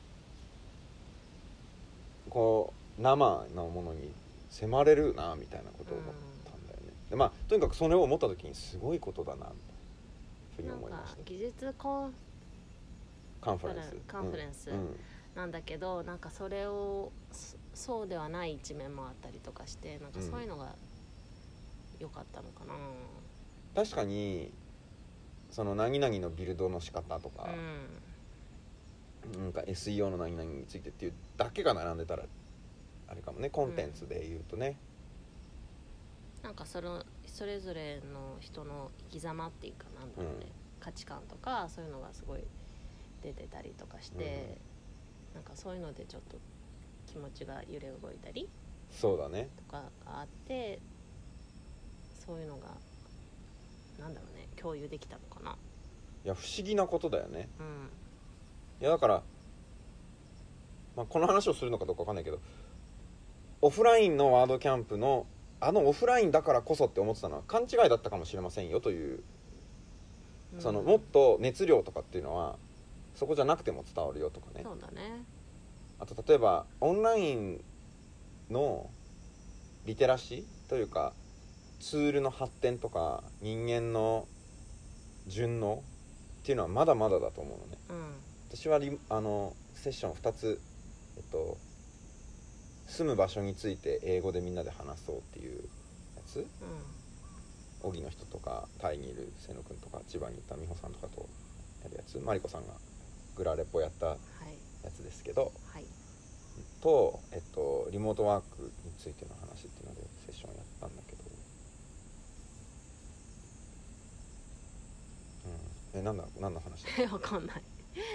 こう生のものに迫れるなみたいなことを思ったんだよね、うん、でまあとにかくそれを思った時にすごいことだなというふうに思いました。 なんか技術コンカンファレンスカンファレンスなんだけど、うん、なんかそれをそうではない一面もあったりとかしてなんかそういうのが良かったのかな、 うん、確かにその何々のビルドの仕方とか、うん、なんか エスイーオー の何々についてっていうだけが並んでたらあれかもねコンテンツで言うとね、 うん、なんかそのそれぞれの人の生き様っていうかなんだろうね、うん、価値観とかそういうのがすごい出てたりとかして、うん、なんかそういうのでちょっと気持ちが揺れ動いたりそうだねとかがあってそういうのがなんだろうね共有できたのかな。 いや不思議なことだよね、うん、いやだから、まあ、この話をするのかどうかわかんないけどオフラインのワードキャンプのあのオフラインだからこそって思ってたのは勘違いだったかもしれませんよという、うん、そのもっと熱量とかっていうのはそこじゃなくても伝わるよとかね。 そうだね。 あと例えばオンラインのリテラシーというかツールの発展とか人間の順応っていうのはまだまだだと思うのね、うん、私はリあのセッションふたつ、えっと、住む場所について英語でみんなで話そうっていうやつ、うん、荻の人とかタイにいる瀬野くんとか千葉にいた美穂さんとかとやるやつ、マリコさんがグラレポやったやつですけど、はい、と、えっと、リモートワークについての話っていうのでセッションやったんだけど、うん、え、なんだ何の話だっけわかんない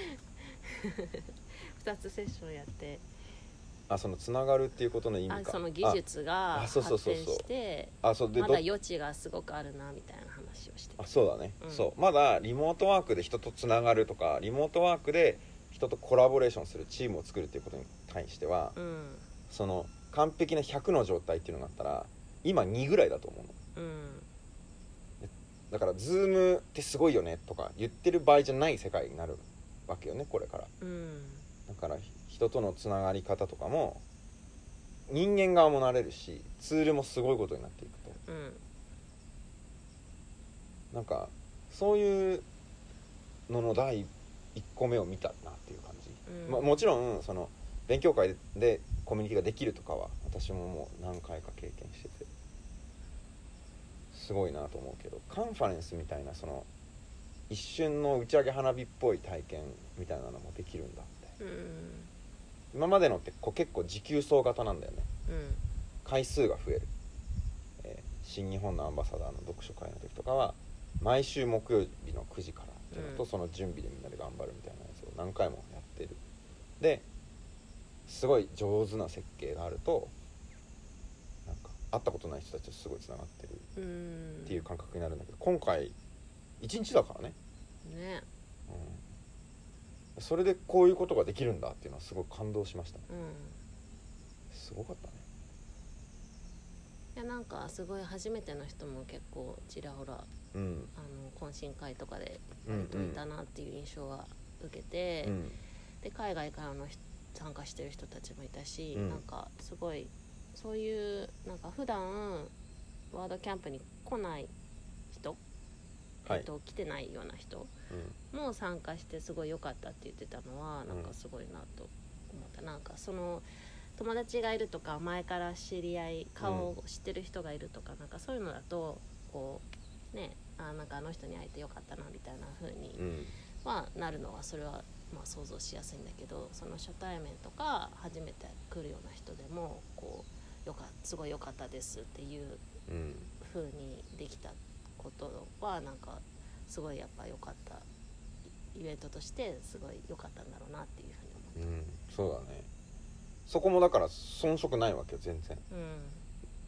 ふたつセッションやって、 あ、そのつながるっていうことの意味か、 あその技術が発展してまだ余地がすごくあるなみたいな話をして、 あ、そうだね、うん、そうまだリモートワークで人とつながるとかリモートワークで人とコラボレーションするチームを作るっていうことに対しては、うん、その完璧なひゃくの状態っていうのがあったら今にぐらいだと思うの、うん、だからズームってすごいよねとか言ってる場合じゃない世界になるわけよねこれから、うん、だから人とのつながり方とかも人間側もなれるしツールもすごいことになっていくと、うん、なんかそういうのの第いっこめを見たなっていう感じ、うん、まあ、もちろんその勉強会でコミュニティができるとかは私ももう何回か経験しててすごいなと思うけど、カンファレンスみたいなその一瞬の打ち上げ花火っぽい体験みたいなのもできるんだって、うん、今までのってこう結構持久走型なんだよね、うん、回数が増える、えー、新日本のアンバサダーの読書会の時とかは毎週木曜日のくじからっていうのと、うん、その準備でみんなで頑張るみたいなやつを何回もやってる。ですごい上手な設計があるとなんか会ったことない人たちとすごいつながってるっていう感覚になるんだけど、今回いちにちだからね、ね、うん、それでこういうことができるんだっていうのはすごい感動しましたね、うん、すごかったね。 いやなんかすごい初めての人も結構ちらほら、うん、あの懇親会とかで割といたなっていう印象は受けて、うん、で海外からの人参加してる人たちもいたし、うん、なんかすごいそういうなんか普段ワードキャンプに来ない人、はい、えっと、来てないような人も参加してすごい良かったって言ってたのはなんかすごいなと思った、うん、なんかその友達がいるとか前から知り合い顔を知ってる人がいるとか、うん、なんかそういうのだとこうね、あ、なんかあの人に会えてよかったなみたいな風にはなるのはそれはまあ想像しやすいんだけど、その初対面とか初めて来るような人でもこうよかすごい良かったですっていう風にできたことはなんかすごいやっぱ良かったイベントとしてすごい良かったんだろうなっていう風に思った、 うん、そうだね。そこもだから遜色ないわけよ全然、うん、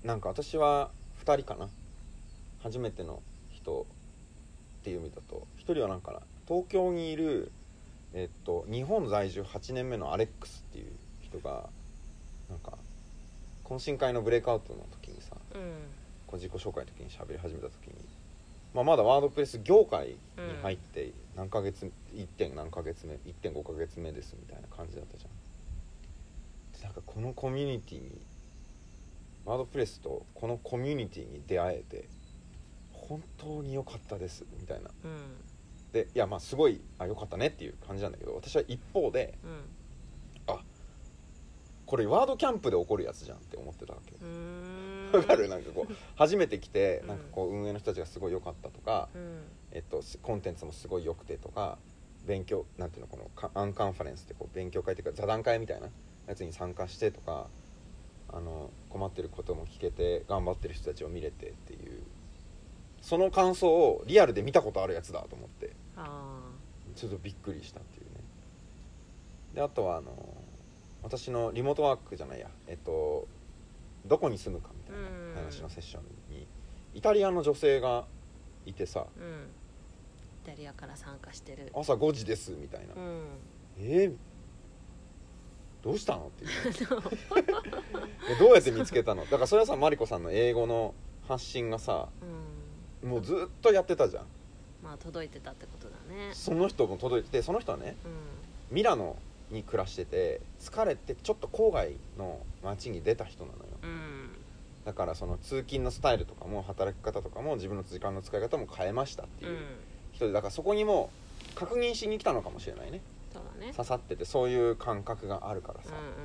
なんか私はふたりかな、初めての人っていう意味だとひとりはなんかな東京にいるえっと、日本在住はちねんめのアレックスっていう人がなんか懇親会のブレイクアウトの時にさ、うん、こう自己紹介の時に喋り始めた時に、まあ、まだワードプレス業界に入って何ヶ月、うん、いってん何ヶ月目 いってんご ヶ月目ですみたいな感じだったじゃん。でなんかこのコミュニティにワードプレスとこのコミュニティに出会えて本当に良かったですみたいな、うん、でいやまあすごいあ良かったねっていう感じなんだけど、私は一方で、うん、あこれワードキャンプで起こるやつじゃんって思ってたわけ。わかる？なんかこう初めて来てなんかこう運営の人たちがすごい良かったとか、うん、えっとコンテンツもすごい良くてとか、勉強なんていうのこのアンカンファレンスってこう勉強会っていうか座談会みたいなやつに参加してとか、あの困ってることも聞けて頑張ってる人たちを見れてっていうその感想をリアルで見たことあるやつだと思ってちょっとびっくりしたっていうね。であとはあの私のリモートワークじゃないやえっとどこに住むかみたいな話のセッションにイタリアの女性がいてさ、うん、 イタリアから参加してる朝ごじですみたいな、うん、えー、 どうしたのっていうどうやって見つけたの。だからそれはさマリコさんの英語の発信がさ、うん、もうずっとやってたじゃん。 まあ届いてたってことだね。 その人も届いてて、その人はね、うん、ミラノに暮らしてて疲れてちょっと郊外の街に出た人なのよ、うん、だからその通勤のスタイルとかも働き方とかも自分の時間の使い方も変えましたっていう人で、だからそこにも確認しに来たのかもしれないね。 そうだね、 刺さっててそういう感覚があるからさ、うんうんうん、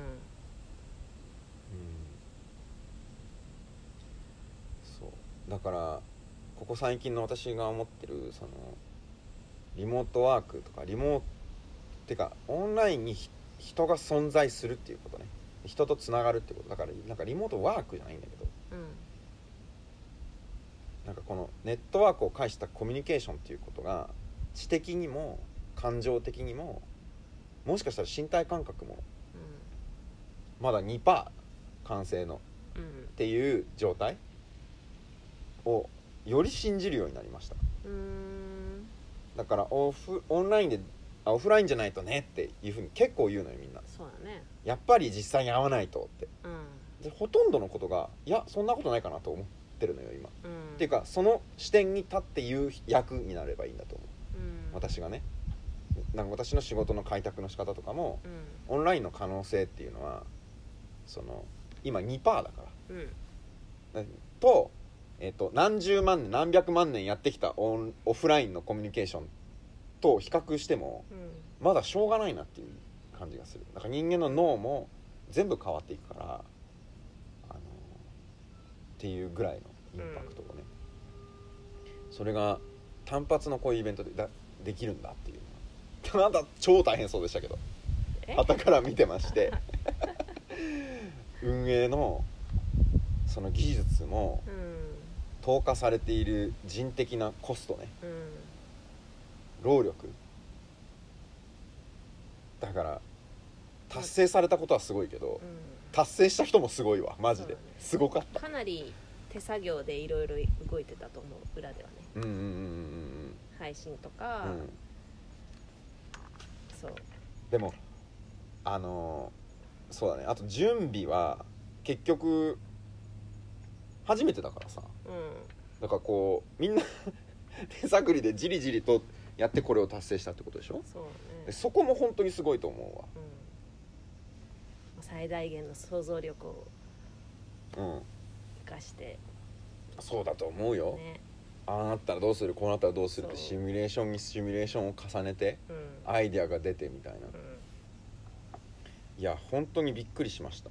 そうだからここ最近の私が思ってるそのリモートワークとかリモートってかオンラインに人が存在するっていうことね、人とつながるってことだから、なんかリモートワークじゃないんだけど、うん、なんかこのネットワークを介したコミュニケーションっていうことが知的にも感情的にももしかしたら身体感覚もまだ にパーセント 完成のっていう状態をより信じるようになりました。うーん、だからオフオンラインであオフラインじゃないとねっていうふうに結構言うのよみんな。 そうだね、 やっぱり実際に会わないとって、うん、でほとんどのことがいやそんなことないかなと思ってるのよ今、うん、っていうかその視点に立って言う役になればいいんだと思う、うん、私がね、なんか私の仕事の開拓の仕方とかも、うん、オンラインの可能性っていうのはその今 にパーセント だから、うん、と、えーと、何十万年何百万年やってきたオンオフラインのコミュニケーションと比較しても、うん、まだしょうがないなっていう感じがする。だから人間の脳も全部変わっていくから、あのっていうぐらいのインパクトがね、うん、それが単発のこういうイベントでだできるんだっていうのは、ただ超大変そうでしたけど傍から見てまして運営のその技術も、うん、投下されている人的なコストね、うん、労力だから達成されたことはすごいけど、うん、達成した人もすごいわマジで、ね、すごかった。 かなり手作業でいろいろ動いてたと思う裏ではね、うんうんうんうん、配信とか、うん、そうでもあのー、そうだね、あと準備は結局初めてだからさ、うん、だからこうみんな手探りでじりじりとやってこれを達成したってことでしょ。そうね、でそこも本当にすごいと思うわ、 うん、最大限の想像力を生かして、 うん、そうだと思うよ、ね、ああなったらどうするこうなったらどうするってシミュレーションにシミュレーションを重ねて、うん、アイデアが出てみたいな、うん、いや本当にびっくりしました。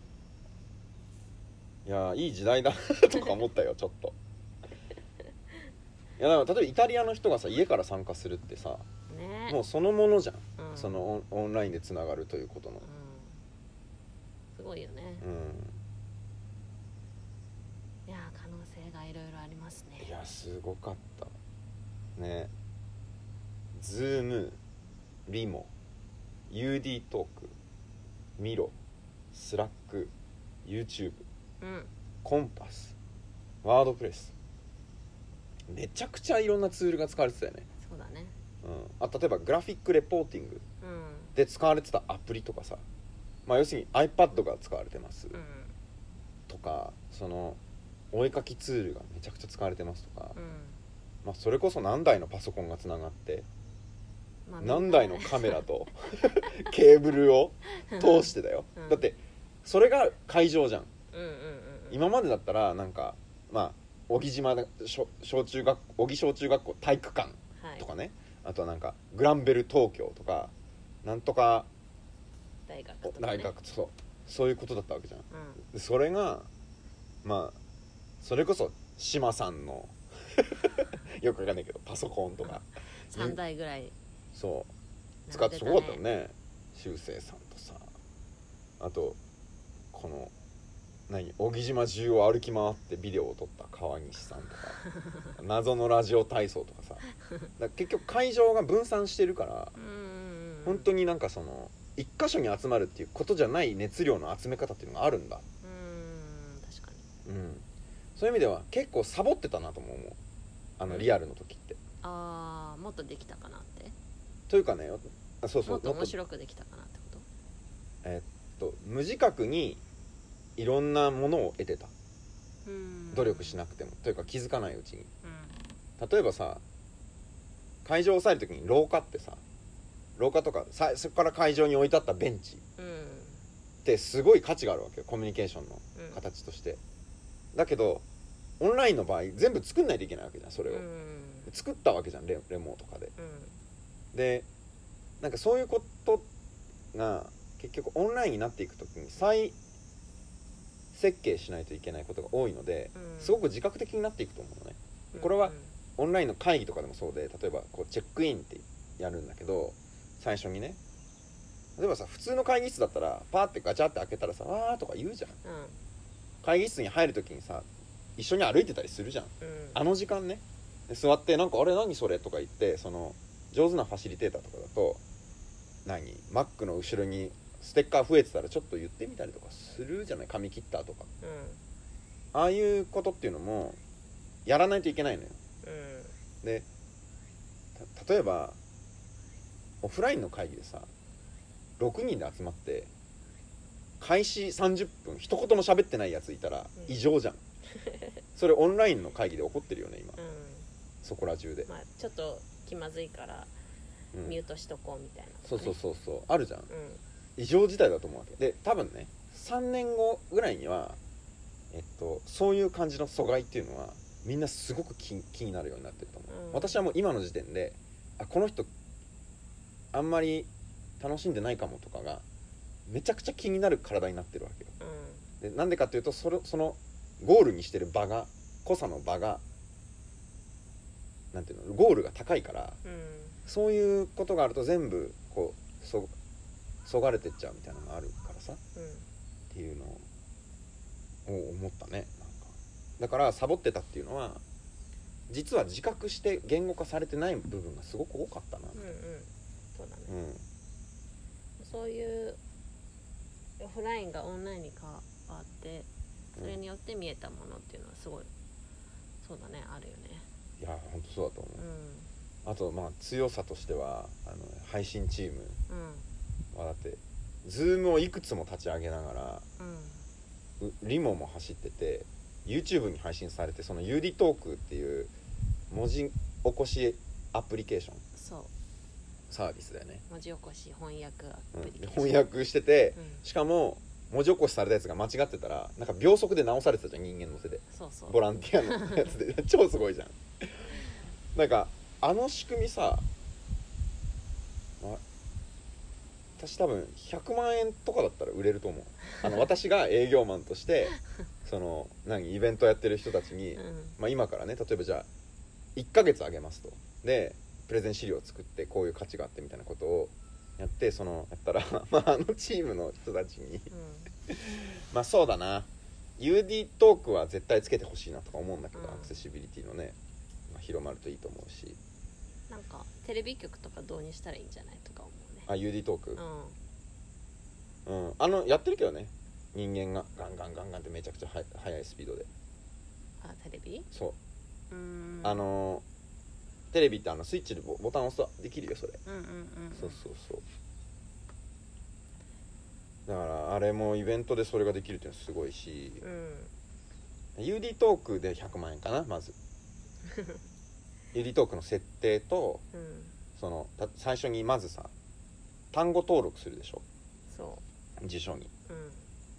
いやいい時代だとか思ったよちょっといやだから例えばイタリアの人がさ家から参加するってさ、ね、もうそのものじゃん、うん、そのオン、オンラインでつながるということの、うん、 すごいよね、うん、いや可能性がいろいろありますね。 いやすごかったね。ズーム、リモ、ユーディー トーク、ミロ、スラック、YouTube、うん、コンパス、ワードプレス、めちゃくちゃいろんなツールが使われてたよね。 そうだね、 うん、あ例えばグラフィックレポーティングで使われてたアプリとかさ、まあ、要するに iPad が使われてます、うん、とかそのお絵かきツールがめちゃくちゃ使われてますとか、うんまあ、それこそ何台のパソコンがつながって、まあ、何台のカメラとケーブルを通してだよ、うん、だってそれが会場じゃん、うんうんうんうん、今までだったらなんかまあ小木島小小中学小木小中学校体育館とかね、はい、あとはなんかグランベル東京とかなんとか大学とか、ね、 大学そうそういうことだったわけじゃん、うん、でそれがまあそれこそ島さんのよくわかんないけどパソコンとかさんだいぐらいそう使ってすごかったよね。修正さんとさあとこの何小木島中を歩き回ってビデオを撮った川西さんとか謎のラジオ体操とかさだから結局会場が分散してるからうん本当になんかその一箇所に集まるっていうことじゃない熱量の集め方っていうのがあるんだ。 うん確かに、 うん、そういう意味では結構サボってたなとも思うあのリアルの時って、うん、 ああもっとできたかなってというかねそうそうもっと面白くできたかなってことえっと、無自覚にいろんなものを得てた、うん、努力しなくてもというか気づかないうちに、うん、例えばさ会場を抑える時に廊下ってさ廊下とかさそこから会場に置いてあったベンチってすごい価値があるわけよコミュニケーションの形として、うん、だけどオンラインの場合全部作んないといけないわけじゃんそれを、うん、作ったわけじゃん レ, レモとかで、うん、でなんかそういうことが結局オンラインになっていくときに再設計しないといけないことが多いので、うん、すごく自覚的になっていくと思うのね、うん、これはオンラインの会議とかでもそうで例えばこうチェックインってやるんだけど最初にね例えばさ普通の会議室だったらパーってガチャって開けたらさわーとか言うじゃん、うん、会議室に入るときにさ一緒に歩いてたりするじゃん、うん、あの時間ねで座ってなんかあれ何それとか言ってその上手なファシリテーターとかだと何 Mac の後ろにステッカー増えてたらちょっと言ってみたりとかするじゃない髪切ったとか、うん、ああいうことっていうのもやらないといけないのよ、うん、で例えばオフラインの会議でさろくにんで集まって開始さんじゅっぷん一言も喋ってないやついたら異常じゃん、うん、それオンラインの会議で起こってるよね今、うん、そこら中で、 まあ、ちょっと気まずいからミュートしとこうみたいな、ね、 そうそうそうそうあるじゃん、うん、異常事態だと思うわけで多分ねさんねんごぐらいには、えっと、そういう感じの阻害っていうのはみんなすごく 気, 気になるようになってると思う、うん、私はもう今の時点であこの人あんまり楽しんでないかもとかがめちゃくちゃ気になる体になってるわけよ、うん、でなんでかっていうとそれそのゴールにしてる場が濃さの場がなんていうのゴールが高いから、うん、そういうことがあると全部こうそそがれてっちゃうみたいなのがあるからさ、うん、っていうのを思ったねなんかだからサボってたっていうのは実は自覚して言語化されてない部分がすごく多かったな、うんうん、 そうだね、うん、そういうオフラインがオンラインに変わってそれによって見えたものっていうのはすごいそうだねあるよねいや本当そうだと思う、うん、あとまあ強さとしてはあの配信チームはだって、うん、ズームをいくつも立ち上げながら、うん、リモも走ってて YouTube に配信されてその ユーディー トークっていう文字起こしアプリケーションそうサービスだよね文字起こし翻訳アプリケーション、 うん、翻訳してて、うん、しかも文字起こしされたやつが間違ってたらなんか秒速で直されてたじゃん人間の手でそうそうボランティアのやつで超すごいじゃんなんかあの仕組みさ私多分ひゃくまんえんとかだったら売れると思うあの私が営業マンとしてその何イベントやってる人たちに、うんまあ、今からね例えばじゃあいっかげつあげますとでプレゼン資料を作ってこういう価値があってみたいなことをやってそのやったら、まあ、あのチームの人たちに、うん、まあそうだな ユーディー トークは絶対つけてほしいなとか思うんだけど、うん、アクセシビリティのね、まあ、広まるといいと思うしなんかテレビ局とか導入したらいいんじゃないとか思うねあ ユーディー トークうん、うん、あのやってるけどね人間がガンガンガンガンってめちゃくちゃは速いスピードであテレビそううーんあのテレビってあのスイッチでボタン押すとできるよそれうんうんうん、うん、そうそうそうだからあれもイベントでそれができるっていうのはすごいし、うん、ユーディー トークでひゃくまんえんかなまずユーディー トークの設定と、うん、その最初にまずさ単語登録するでしょそう辞書に、うん、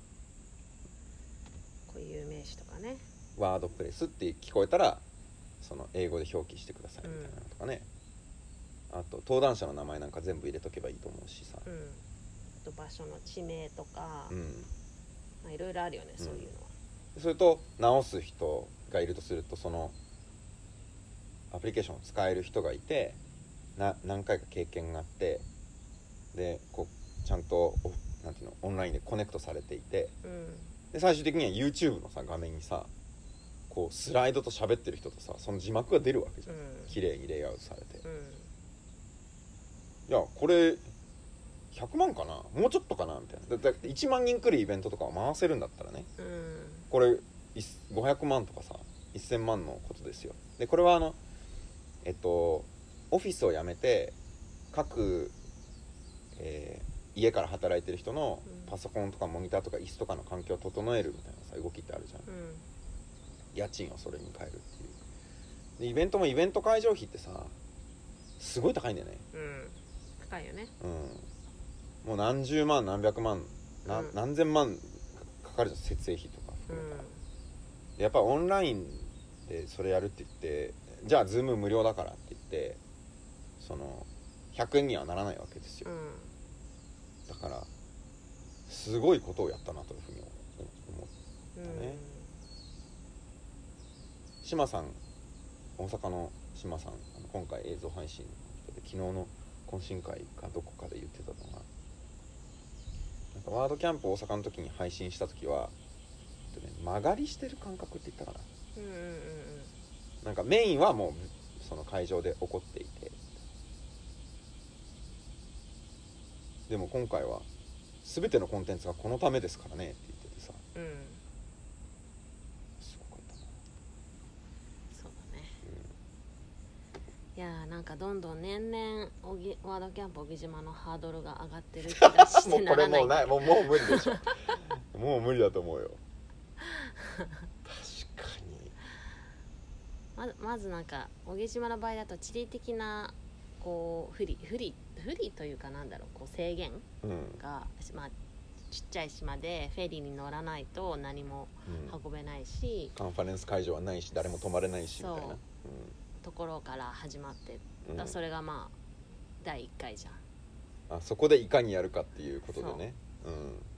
固有名詞とかねワードプレスって聞こえたらその英語で表記してくださいみたいなのとかね、うん、あと登壇者の名前なんか全部入れとけばいいと思うしさ、うん、 あと場所の地名とか、うんまあ、いろいろあるよね、うん、そういうのはそれと直す人がいるとするとそのアプリケーションを使える人がいてな何回か経験があってでこうちゃんとなんていうのオンラインでコネクトされていて、うん、で最終的には YouTube のさ画面にさこうスライドと喋ってる人とさその字幕が出るわけじゃん、うん、綺麗にレイアウトされて、うん、いやこれひゃくまんかなもうちょっとかなみたいなだっていちまんにん来るイベントとかを回せるんだったらね、うん、これごひゃくまんとかさせんまんのことですよでこれはあのえっとオフィスを辞めて各、えー、 家から働いてる人のパソコンとかモニターとか椅子とかの環境を整えるみたいなさ動きってあるじゃん、うん、家賃をそれに変えるっていうでイベントもイベント会場費ってさすごい高いんだよね、 うん、高いよね、 うん、もう何十万何百万、うん、何千万かかるじゃん設営費とか含めたら、うん、やっぱオンラインでそれやるって言ってじゃあズーム無料だからって言ってそのひゃくえんにはならないわけですよ、うん、だからすごいことをやったなというふうに思ったね、うん、島さん大阪の島さんあの今回映像配信で昨日の懇親会かどこかで言ってたのがなんかワードキャンプ大阪の時に配信した時は、えっとね、間借りしてる感覚って言ったかな、うんうんうんうん、なんかメインはもうその会場で起こっていてでも今回は全てのコンテンツがこのためですからねって言っててさ、うん、すごかったな。 そうだね、うん、いやーなんかどんどん年々おぎワードキャンプ小木島のハードルが上がってる気がしてならないもうこれもうないもうもう無理でしょもう無理だと思うよ確かにま, まずなんか小木島の場合だと地理的なこう不利不利不利というかなんだろうこう制限が、うんまあ、ちっちゃい島でフェリーに乗らないと何も運べないし、 うん、カンファレンス会場はないし誰も泊まれないしみたいな、うん、 ところから始まってだ、うん、それがまあだいいっかいじゃん。 あそこでいかにやるかっていうことでね、うん、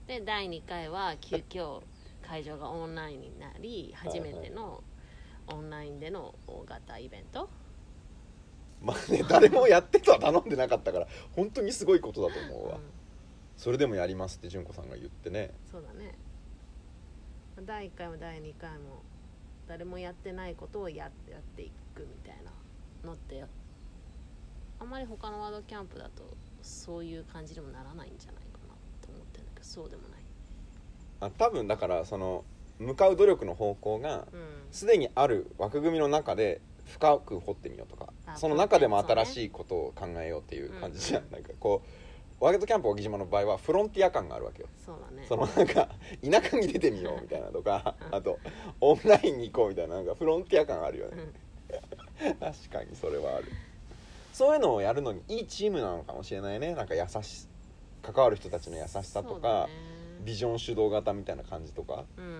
でだいにかいは急遽会場がオンラインになり初めてのオンラインでの大型イベントまあね、誰もやってとは頼んでなかったから本当にすごいことだと思うわ、うん、それでもやりますって純子さんが言ってね。 そうだねだいいっかいもだいにかいも誰もやってないことを や, やっていくみたいなのってあんまり他のワードキャンプだとそういう感じにもならないんじゃないかなと思ってるんだけどそうでもない。 あ多分だからその向かう努力の方向がすで、うん、にある枠組みの中で深く掘ってみようとかその中でも新しいことを考えようっていう感じじゃん、うんうん、なんかこうワールドキャンプ小木島の場合はフロンティア感があるわけよ。 そうだね。 そのなんか田舎に出てみようみたいなとかあとオンラインに行こうみたいななんかフロンティア感あるよね、うん、確かにそれはある。そういうのをやるのにいいチームなのかもしれないね。なんか優し関わる人たちの優しさとか、ね、ビジョン主導型みたいな感じとか、うん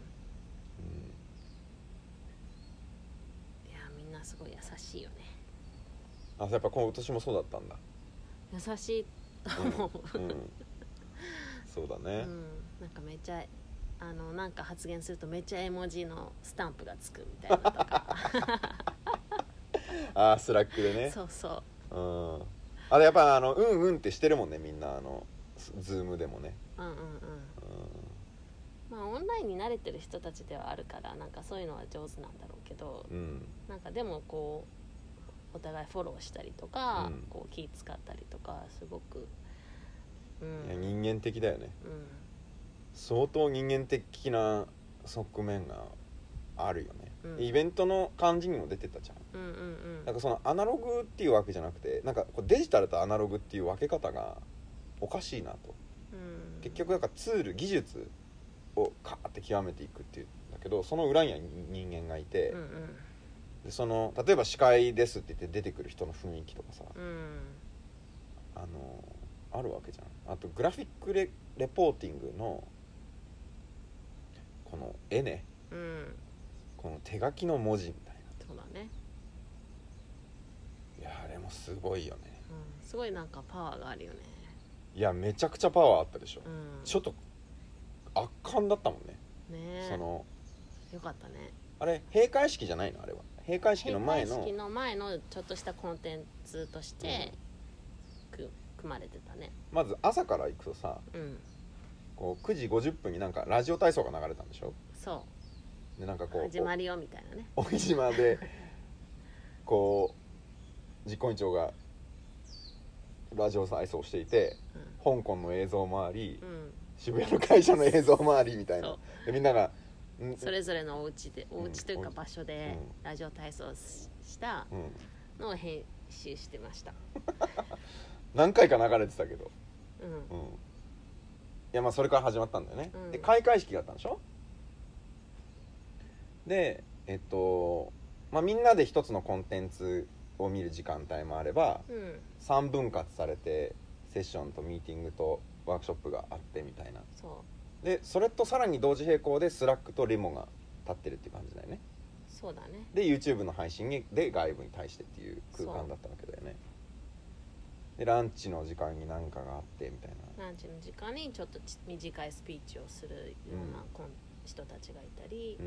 すごい優しいよね。 あ、やっぱ今年もそうだったんだ。 優しいと思う、うんうん、 そうだね、 うん、なんかめっちゃあのなんか発言するとめっちゃ絵文字のスタンプがつくみたいなとかあ、スラックでね。 そうそう、 うん、あれやっぱあのうんうんってしてるもんねみんなあのズームでもね。 うんうんうん、うんまあ、オンラインに慣れてる人たちではあるからなんかそういうのは上手なんだろうけど、うん、なんかでもこうお互いフォローしたりとか、うん、こう気使ったりとかすごく、 うん、いや人間的だよね、うん、相当人間的な側面があるよね、うん、イベントの感じにも出てたじゃん、うんうんうん、なんかそのアナログっていうわけじゃなくてなんかこうデジタルとアナログっていう分け方がおかしいなと、うん、結局なんかツール技術をカーって極めていくっていうんだけどその裏には人間がいて、うんうん、でその例えば司会ですって言って出てくる人の雰囲気とかさ、うん、あのあるわけじゃん。あとグラフィック レ, レポーティングのこの絵ね、うん、この手書きの文字みたいな。 そうだね。 いやあれもすごいよね、 うん、すごいなんかパワーがあるよね。 いやめちゃくちゃパワーあったでしょ、うん、ちょっと圧巻だったもんね。 ね、 そのよかったね。 あれ閉会式じゃないのあれは。閉会式の前の閉会式の前のちょっとしたコンテンツとして、うん、組まれてたね。 まず朝から行くとさ、うん、こうくじごじゅっぷんになんかラジオ体操が流れたんでしょ。 そうでなんかこう始まるよみたいなね。 小木島でこう実行委員長がラジオ体操をしていて、うん、香港の映像もあり、うん、渋谷の会社の映像もありみたいな。でみんながそれぞれのお家でお家というか場所でラジオ体操したのを編集してました、 うん、何回か流れてたけどうん、 うん、いやまあそれから始まったんだよね、 うん、 で開会式があったんでしょ。でえっとまあみんなで一つのコンテンツを見る時間帯もあれば、 うん、 さんぶん割されてセッションとミーティングとワークショップがあってみたいな。 そうでそれとさらに同時並行でスラックとレモが立ってるっていう感じだよね。 そうだね。 で YouTube の配信で外部に対してっていう空間だったわけだよね。でランチの時間に何かがあってみたいな。 ランチの時間にちょっと短いスピーチをするような、うん、人たちがいたり、うん、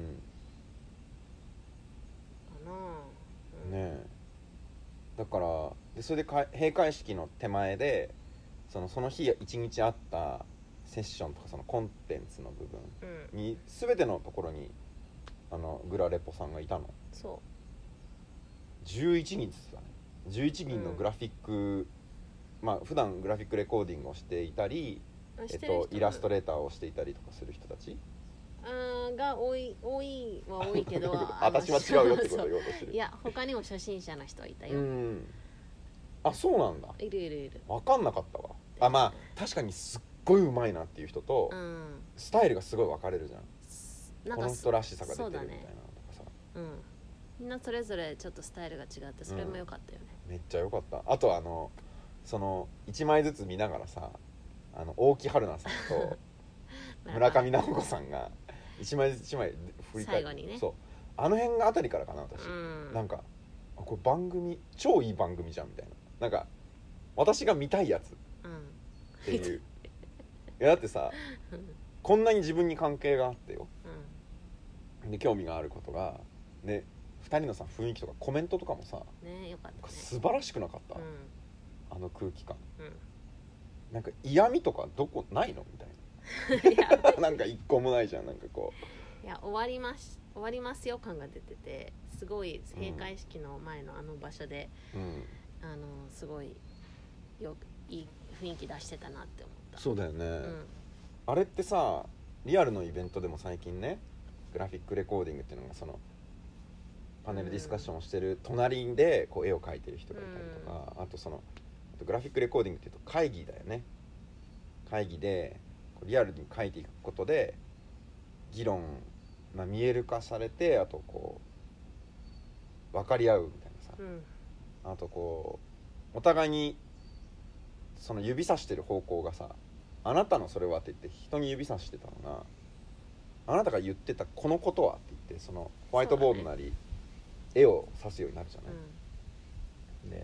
かな、 うん、ねえだからでそれでか閉会式の手前でそのその日一日あったセッションとかそのコンテンツの部分に、うん、全てのところにあのグラレポさんがいたの。 そうじゅういちにんですよね。じゅういちにんのグラフィック、うん、まあ普段グラフィックレコーディングをしていたり、えっと、イラストレーターをしていたりとかする人たちあが多い多いは多いけど私は違うよってことを言おうとしてる。 いや他にも初心者の人いたよ。 うんあそうなんだ。 いるいるいる。 分かんなかったわ。あまあ確かにすっごいうまいなっていう人と、うん、スタイルがすごい分かれるじゃん。なんかこの人らしさが出てるみたいなとかさ、 う、ね、うん、みんなそれぞれちょっとスタイルが違ってそれも良かったよね、 うん、めっちゃ良かった。あとあのそのいちまいずつ見ながらさあの大木春菜さんと村上直子さんがいちまいずついちまい振り返って最後にねそうあの辺あたりからかな私、うん、なんかこれ番組超いい番組じゃんみたいななんか私が見たいやつっていう、うん、いやだってさこんなに自分に関係があってよ、うん、で興味があることがねふたりのさ雰囲気とかコメントとかもさ、 ね、よかったね、 素晴らしくなかった、うん、あの空気感、 うん、 なんか嫌味とかどこないのみたいななんか一個もないじゃんなんかこういや終わります終わりますよ感が出ててすごい閉会式の前のあの場所で、うん、あのすごいよいい雰囲気出してたなって思った。 そうだよね、うん、あれってさリアルのイベントでも最近ねグラフィックレコーディングっていうのがそのパネルディスカッションをしてる隣でこう絵を描いてる人がいたりとか、うん、あとそのあとグラフィックレコーディングっていうと会議だよね。会議でリアルに書いていくことで議論が見える化されてあとこう分かり合うみたいなさ、うん、あとこうお互いにその指さしてる方向がさあなたのそれはって言って人に指さしてたのがあなたが言ってたこのことはって言ってそのホワイトボードなり絵を指すようになるじゃない、うん、で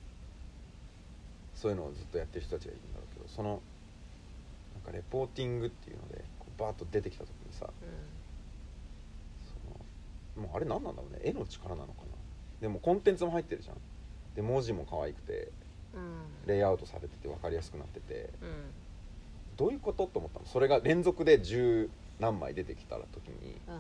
そういうのをずっとやってる人たちがいるんだろうけどそのなんかレポーティングっていうのでこうバーッと出てきた時にさ、うん、そのもうあれ何なんだろうね絵の力なのかな。でもコンテンツも入ってるじゃん。で文字も可愛くて、うん、レイアウトされてて分かりやすくなってて、うん、どういうことと思ったの。それが連続で十何枚出てきた時に、うんうん、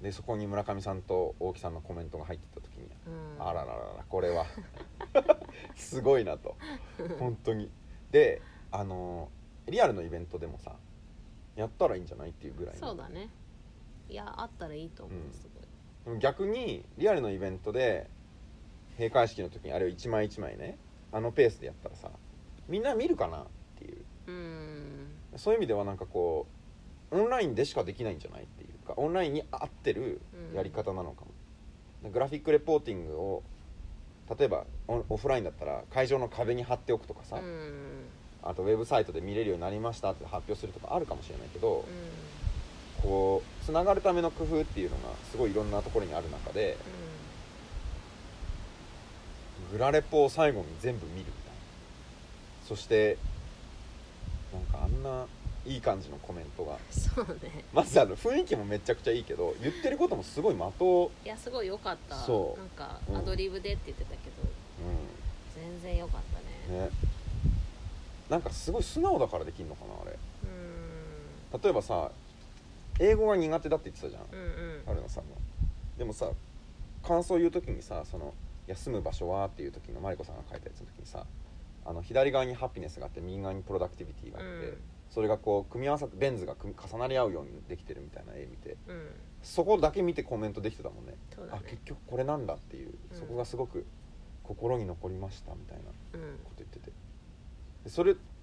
でそこに村上さんと大木さんのコメントが入ってた時に、うん、あららららこれはすごいなと本当に。であのリアルのイベントでもさやったらいいんじゃないっていうぐらい。 そうだね。いやあったらいいと思う、うん、すごい。 でも逆にリアルのイベントで閉会式の時にあれを一枚一枚ねあのペースでやったらさみんな見るかなっていう、うーんそういう意味ではなんかこうオンラインでしかできないんじゃないっていうかオンラインに合ってるやり方なのかも、うん、グラフィックレポーティングを例えば オ, オフラインだったら会場の壁に貼っておくとかさ、うんあとウェブサイトで見れるようになりましたって発表するとかあるかもしれないけど、うん、こうつながるための工夫っていうのがすごいいろんなところにある中で、うん、グラレポを最後に全部見るみたいな。そしてなんかあんないい感じのコメントがそうねまずあの雰囲気もめちゃくちゃいいけど言ってることもすごい的をいやすごい良かった。 そうなんかアドリブでって言ってたけど、うん、全然良かったね。ねなんかすごい素直だからできるのかなあれ。うん例えばさ英語が苦手だって言ってたじゃん、うんうん、春菜さんも。でもさ感想を言う時にさその休む場所はっていう時のマリコさんが書いたやつの時にさあの左側にハピネスがあって右側にプロダクティビティがあって、うん、それがこう組み合わさってレンズが組み重なり合うようにできてるみたいな絵見て、うん、そこだけ見てコメントできてたもん ね, ねあ結局これなんだっていう、うん、そこがすごく心に残りましたみたいなこと言ってて、でそれ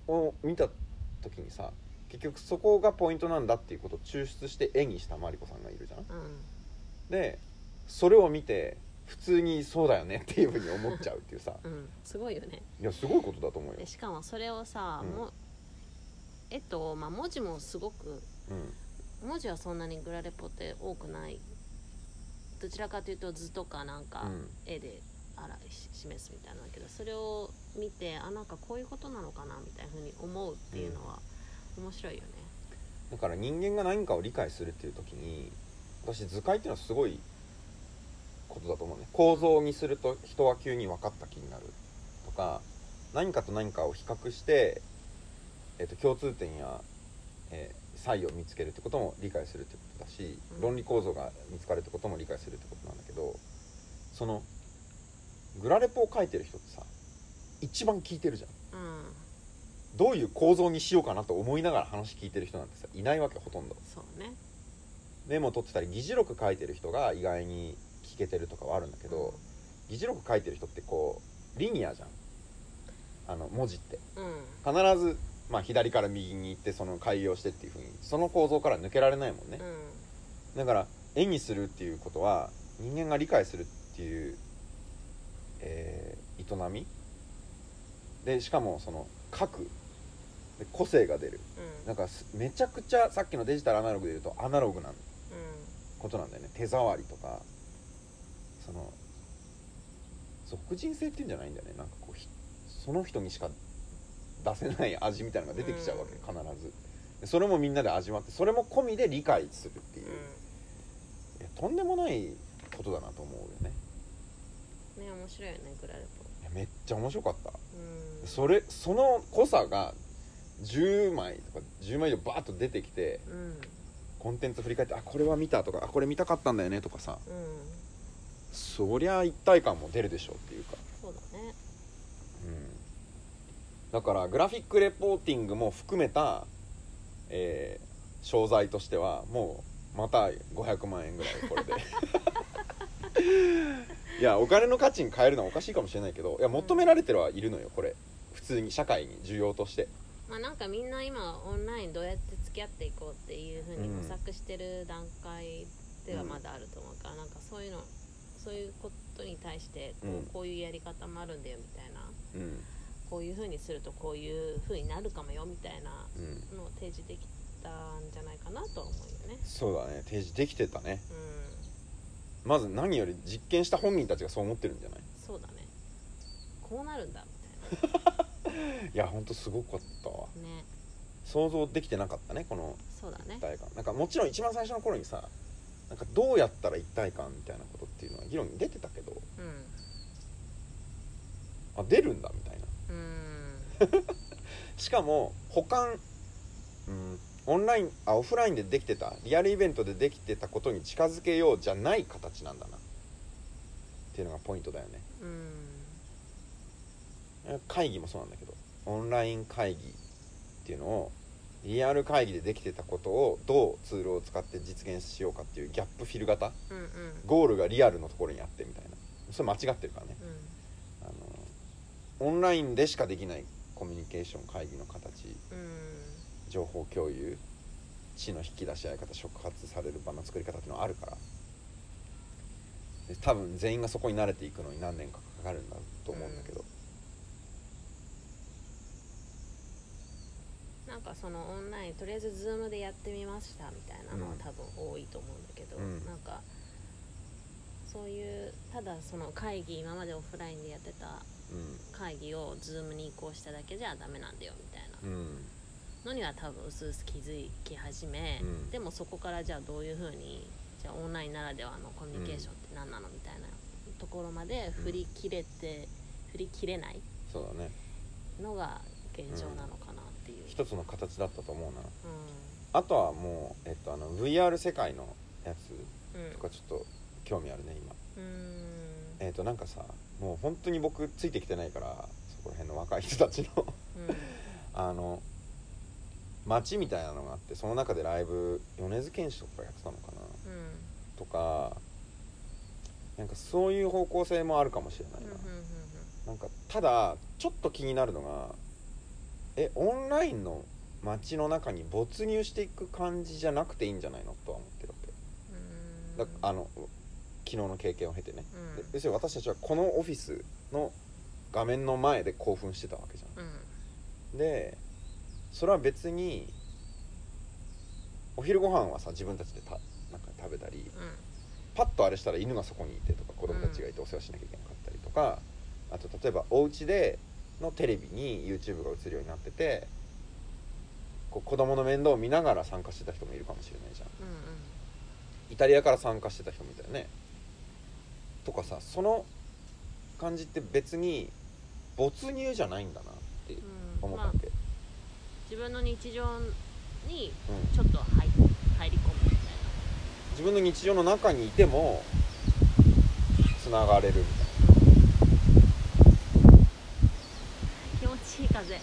を見た時にさ、結局そこがポイントなんだっていうことを抽出して絵にしたマリコさんがいるじゃん、うん、でそれを見て普通にそうだよねっていうふうに思っちゃうっていうさ、 うん、すごいよね。 いやすごいことだと思うよ。 しかもそれをさ、 うん、 も絵と、まあ、文字もすごく、うん、文字はそんなにグラレポって多くない、どちらかというと図とかなんか絵であら示すみたいなんだけど、それを見てあなんかこういうことなのかなみたいな風に思うっていうのは面白いよね、 うん、だから人間が何かを理解するっていう時に私図解っていうのはすごいことだと思うね。構造にすると人は急に分かった気になるとか、何かと何かを比較して、えー、と共通点や、えー、差異を見つけるってことも理解するってことだし、うん、論理構造が見つかるってことも理解するってことなんだけど、そのグラレポを書いてる人ってさ一番聞いてるじゃん、うん、どういう構造にしようかなと思いながら話聞いてる人なんてさいないわけ、ほとんど。 そうね。 メモ取ってたり議事録書いてる人が意外に聞けてるとかはあるんだけど、議事録書いてる人ってこうリニアじゃん、あの文字って、うん、必ず、まあ、左から右に行ってその改行してっていう風にその構造から抜けられないもんね、うん、だから絵にするっていうことは人間が理解するっていう、えー、営みで、しかもその書くで個性が出る、うん、なんかめちゃくちゃさっきのデジタルアナログでいうとアナログなことなんだよね。手触りとかその属人性っていうんじゃないんだよね。なんかこうその人にしか出せない味みたいなのが出てきちゃうわけ、うん、必ず。でそれもみんなで味わって、それも込みで理解するっていう、うん、いやとんでもないことだなと思うよね。 ね、面白いよねグラレポ。 いやめっちゃ面白かった、うん、それその濃さがじゅうまいとかじゅうまい以上バーッと出てきて、うん、コンテンツ振り返って、あこれは見たとか、あこれ見たかったんだよねとかさ、うん、そりゃ一体感も出るでしょっていうか。 そうだね、 うん、だからグラフィックレポーティングも含めた、えー、商材としてはもうまたごひゃくまんえんぐらいこれでいやお金の価値に変えるのはおかしいかもしれないけど、いや求められてはいるのよこれ、普通に社会に需要として。 まあなんかみんな今オンラインどうやって付き合っていこうっていう風に模索してる段階ではまだあると思うから、うん、なんかそういうのそういうことに対してこう、うん、こういうやり方もあるんだよみたいな、うん、こういう風にするとこういう風になるかもよみたいなのを提示できたんじゃないかなとは思うよね。 そうだね、提示できてたね、うん、まず何より実験した本人たちがそう思ってるんじゃない？ そうだね、こうなるんだみたいないやほんとすごかったわ、 ね、 想像できてなかったねこのそうだね一体感。なんかもちろん一番最初の頃にさ、なんかどうやったら一体感みたいなことっていうのは議論に出てたけど、うん、あ出るんだみたいなうんしかも保管、うん、オンラインあオフラインでできてたリアルイベントでできてたことに近づけようじゃない形なんだなっていうのがポイントだよね。うん会議もそうなんだけど、オンライン会議っていうのをリアル会議でできてたことをどうツールを使って実現しようかっていうギャップフィル型、うんうん、ゴールがリアルのところにあってみたいな、それ間違ってるからね、うん、あのオンラインでしかできないコミュニケーション会議の形、うん、情報共有、知の引き出し合い方、触発される場の作り方っていうのはあるから、で多分全員がそこに慣れていくのに何年かかかるんだと思うんだけど、 うん、なんかそのオンラインとりあえず Zoom でやってみましたみたいなのは多分多いと思うんだけど、うん、なんかそういうただその会議今までオフラインでやってた会議を Zoom に移行しただけじゃダメなんだよみたいなのには多分うすうす気づき始め、うん、でもそこからじゃあどういう風にじゃあオンラインならではのコミュニケーションって何なのみたいなところまで振り切れて、うん、振り切れないのが現状なのかなっていう、うん、 一つの形だったと思うな、うん、あとはもう、えっと、あの ブイアール 世界のやつとかちょっと興味あるね今。うーんえっとなんかさ、もう本当に僕ついてきてないからそこら辺の若い人たちの、うん、あの街みたいなのがあって、その中でライブ米津玄師とかやってたのかな、うん、とかなんかそういう方向性もあるかもしれないな、うんうんうんうん、なんかただちょっと気になるのがえオンラインの街の中に没入していく感じじゃなくていいんじゃないのとは思ってるわけ。うーんだあの昨日の経験を経てね、うん、要するに私たちはこのオフィスの画面の前で興奮してたわけじゃん、うん、でそれは別にお昼ご飯はさ自分たちでたなんか食べたり、うん、パッとあれしたら犬がそこにいてとか子供たちがいてお世話しなきゃいけなかったりとか、うん、あと例えばお家でのテレビに YouTube が映るようになっててこう子供の面倒を見ながら参加してた人もいるかもしれないじゃん、うんうん、イタリアから参加してた人もいたよねとかさ、その感じって別に没入じゃないんだなって思ったわけ、うんまあ、 自分の日常にちょっと入、うん、入り込むみたいな自分の日常の中にいてもつながれるみたいな気持ちいい風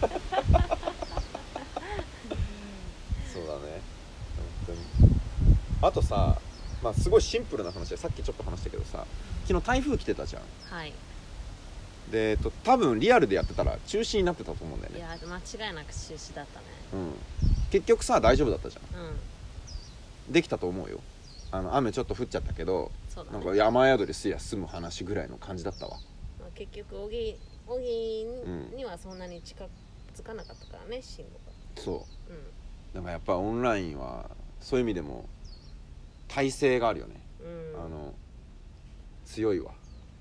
そうだね本当に。あとさまあ、すごいシンプルな話でさっきちょっと話したけどさ昨日台風来てたじゃん。 はいで、えっと、多分リアルでやってたら中止になってたと思うんだよね。 いや間違いなく中止だったね、 うん、結局さ大丈夫だったじゃん、うん、できたと思うよ。あの雨ちょっと降っちゃったけど、そうだね、なんか山宿ですや済む話ぐらいの感じだったわ、 まあ、結局小木小木にはそんなに近づかなかったからね進路が。 そう、うん、だからやっぱオンラインはそういう意味でも耐性があるよね、うん、あの強いわ。はい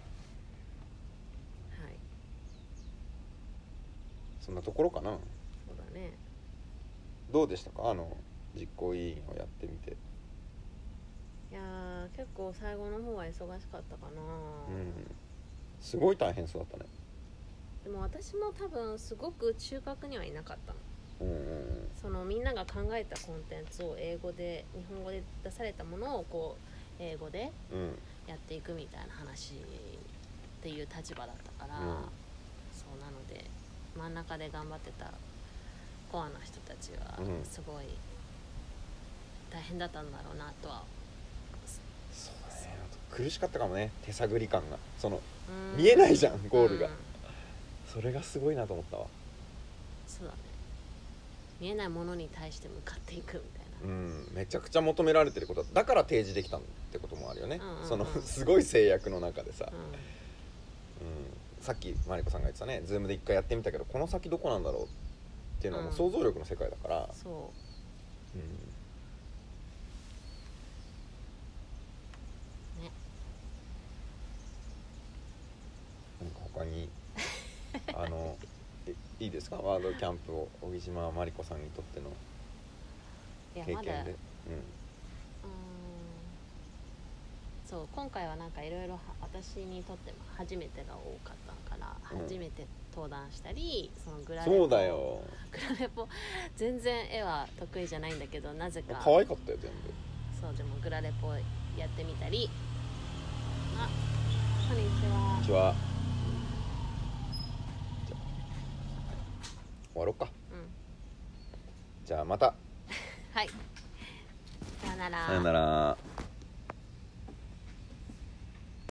そんなところかな。そうだね。 どうでしたかあの実行委員をやってみて。 いやー結構最後の方は忙しかったかな、 うん、すごい大変そうだったね。 でも私も多分すごく中核にはいなかったの。うん、そのみんなが考えたコンテンツを英語で日本語で出されたものをこう英語でやっていくみたいな話っていう立場だったから、うん、そうなので真ん中で頑張ってたコアな人たちはすごい大変だったんだろうなとは、うん、 そうだね。あと苦しかったかもね手探り感がその見えないじゃんゴールが、うん、それがすごいなと思ったわ。 そうだね見えないものに対して向かっていくみたいな、 うん、めちゃくちゃ求められてることだから提示できたってこともあるよね、うんうんうん、そのすごい制約の中でさ、うんうん、さっきマリコさんが言ってたねズームで一回やってみたけどこの先どこなんだろうっていうのはもう想像力の世界だから、うん、そう、うんね、なんか他にあのいいですかワールドキャンプを小木島マリコさんにとっての経験で。いやまだ、うん、 そう今回はなんかいろいろ私にとっても初めてが多かったから、うん、初めて登壇したりそのグラレポそうだよグラレポ全然絵は得意じゃないんだけどなぜか可愛かったよ全部。 そうでもグラレポやってみたりあこんにちはこんにちは終わろうか、うん、じゃあまたはいさよならさよなら。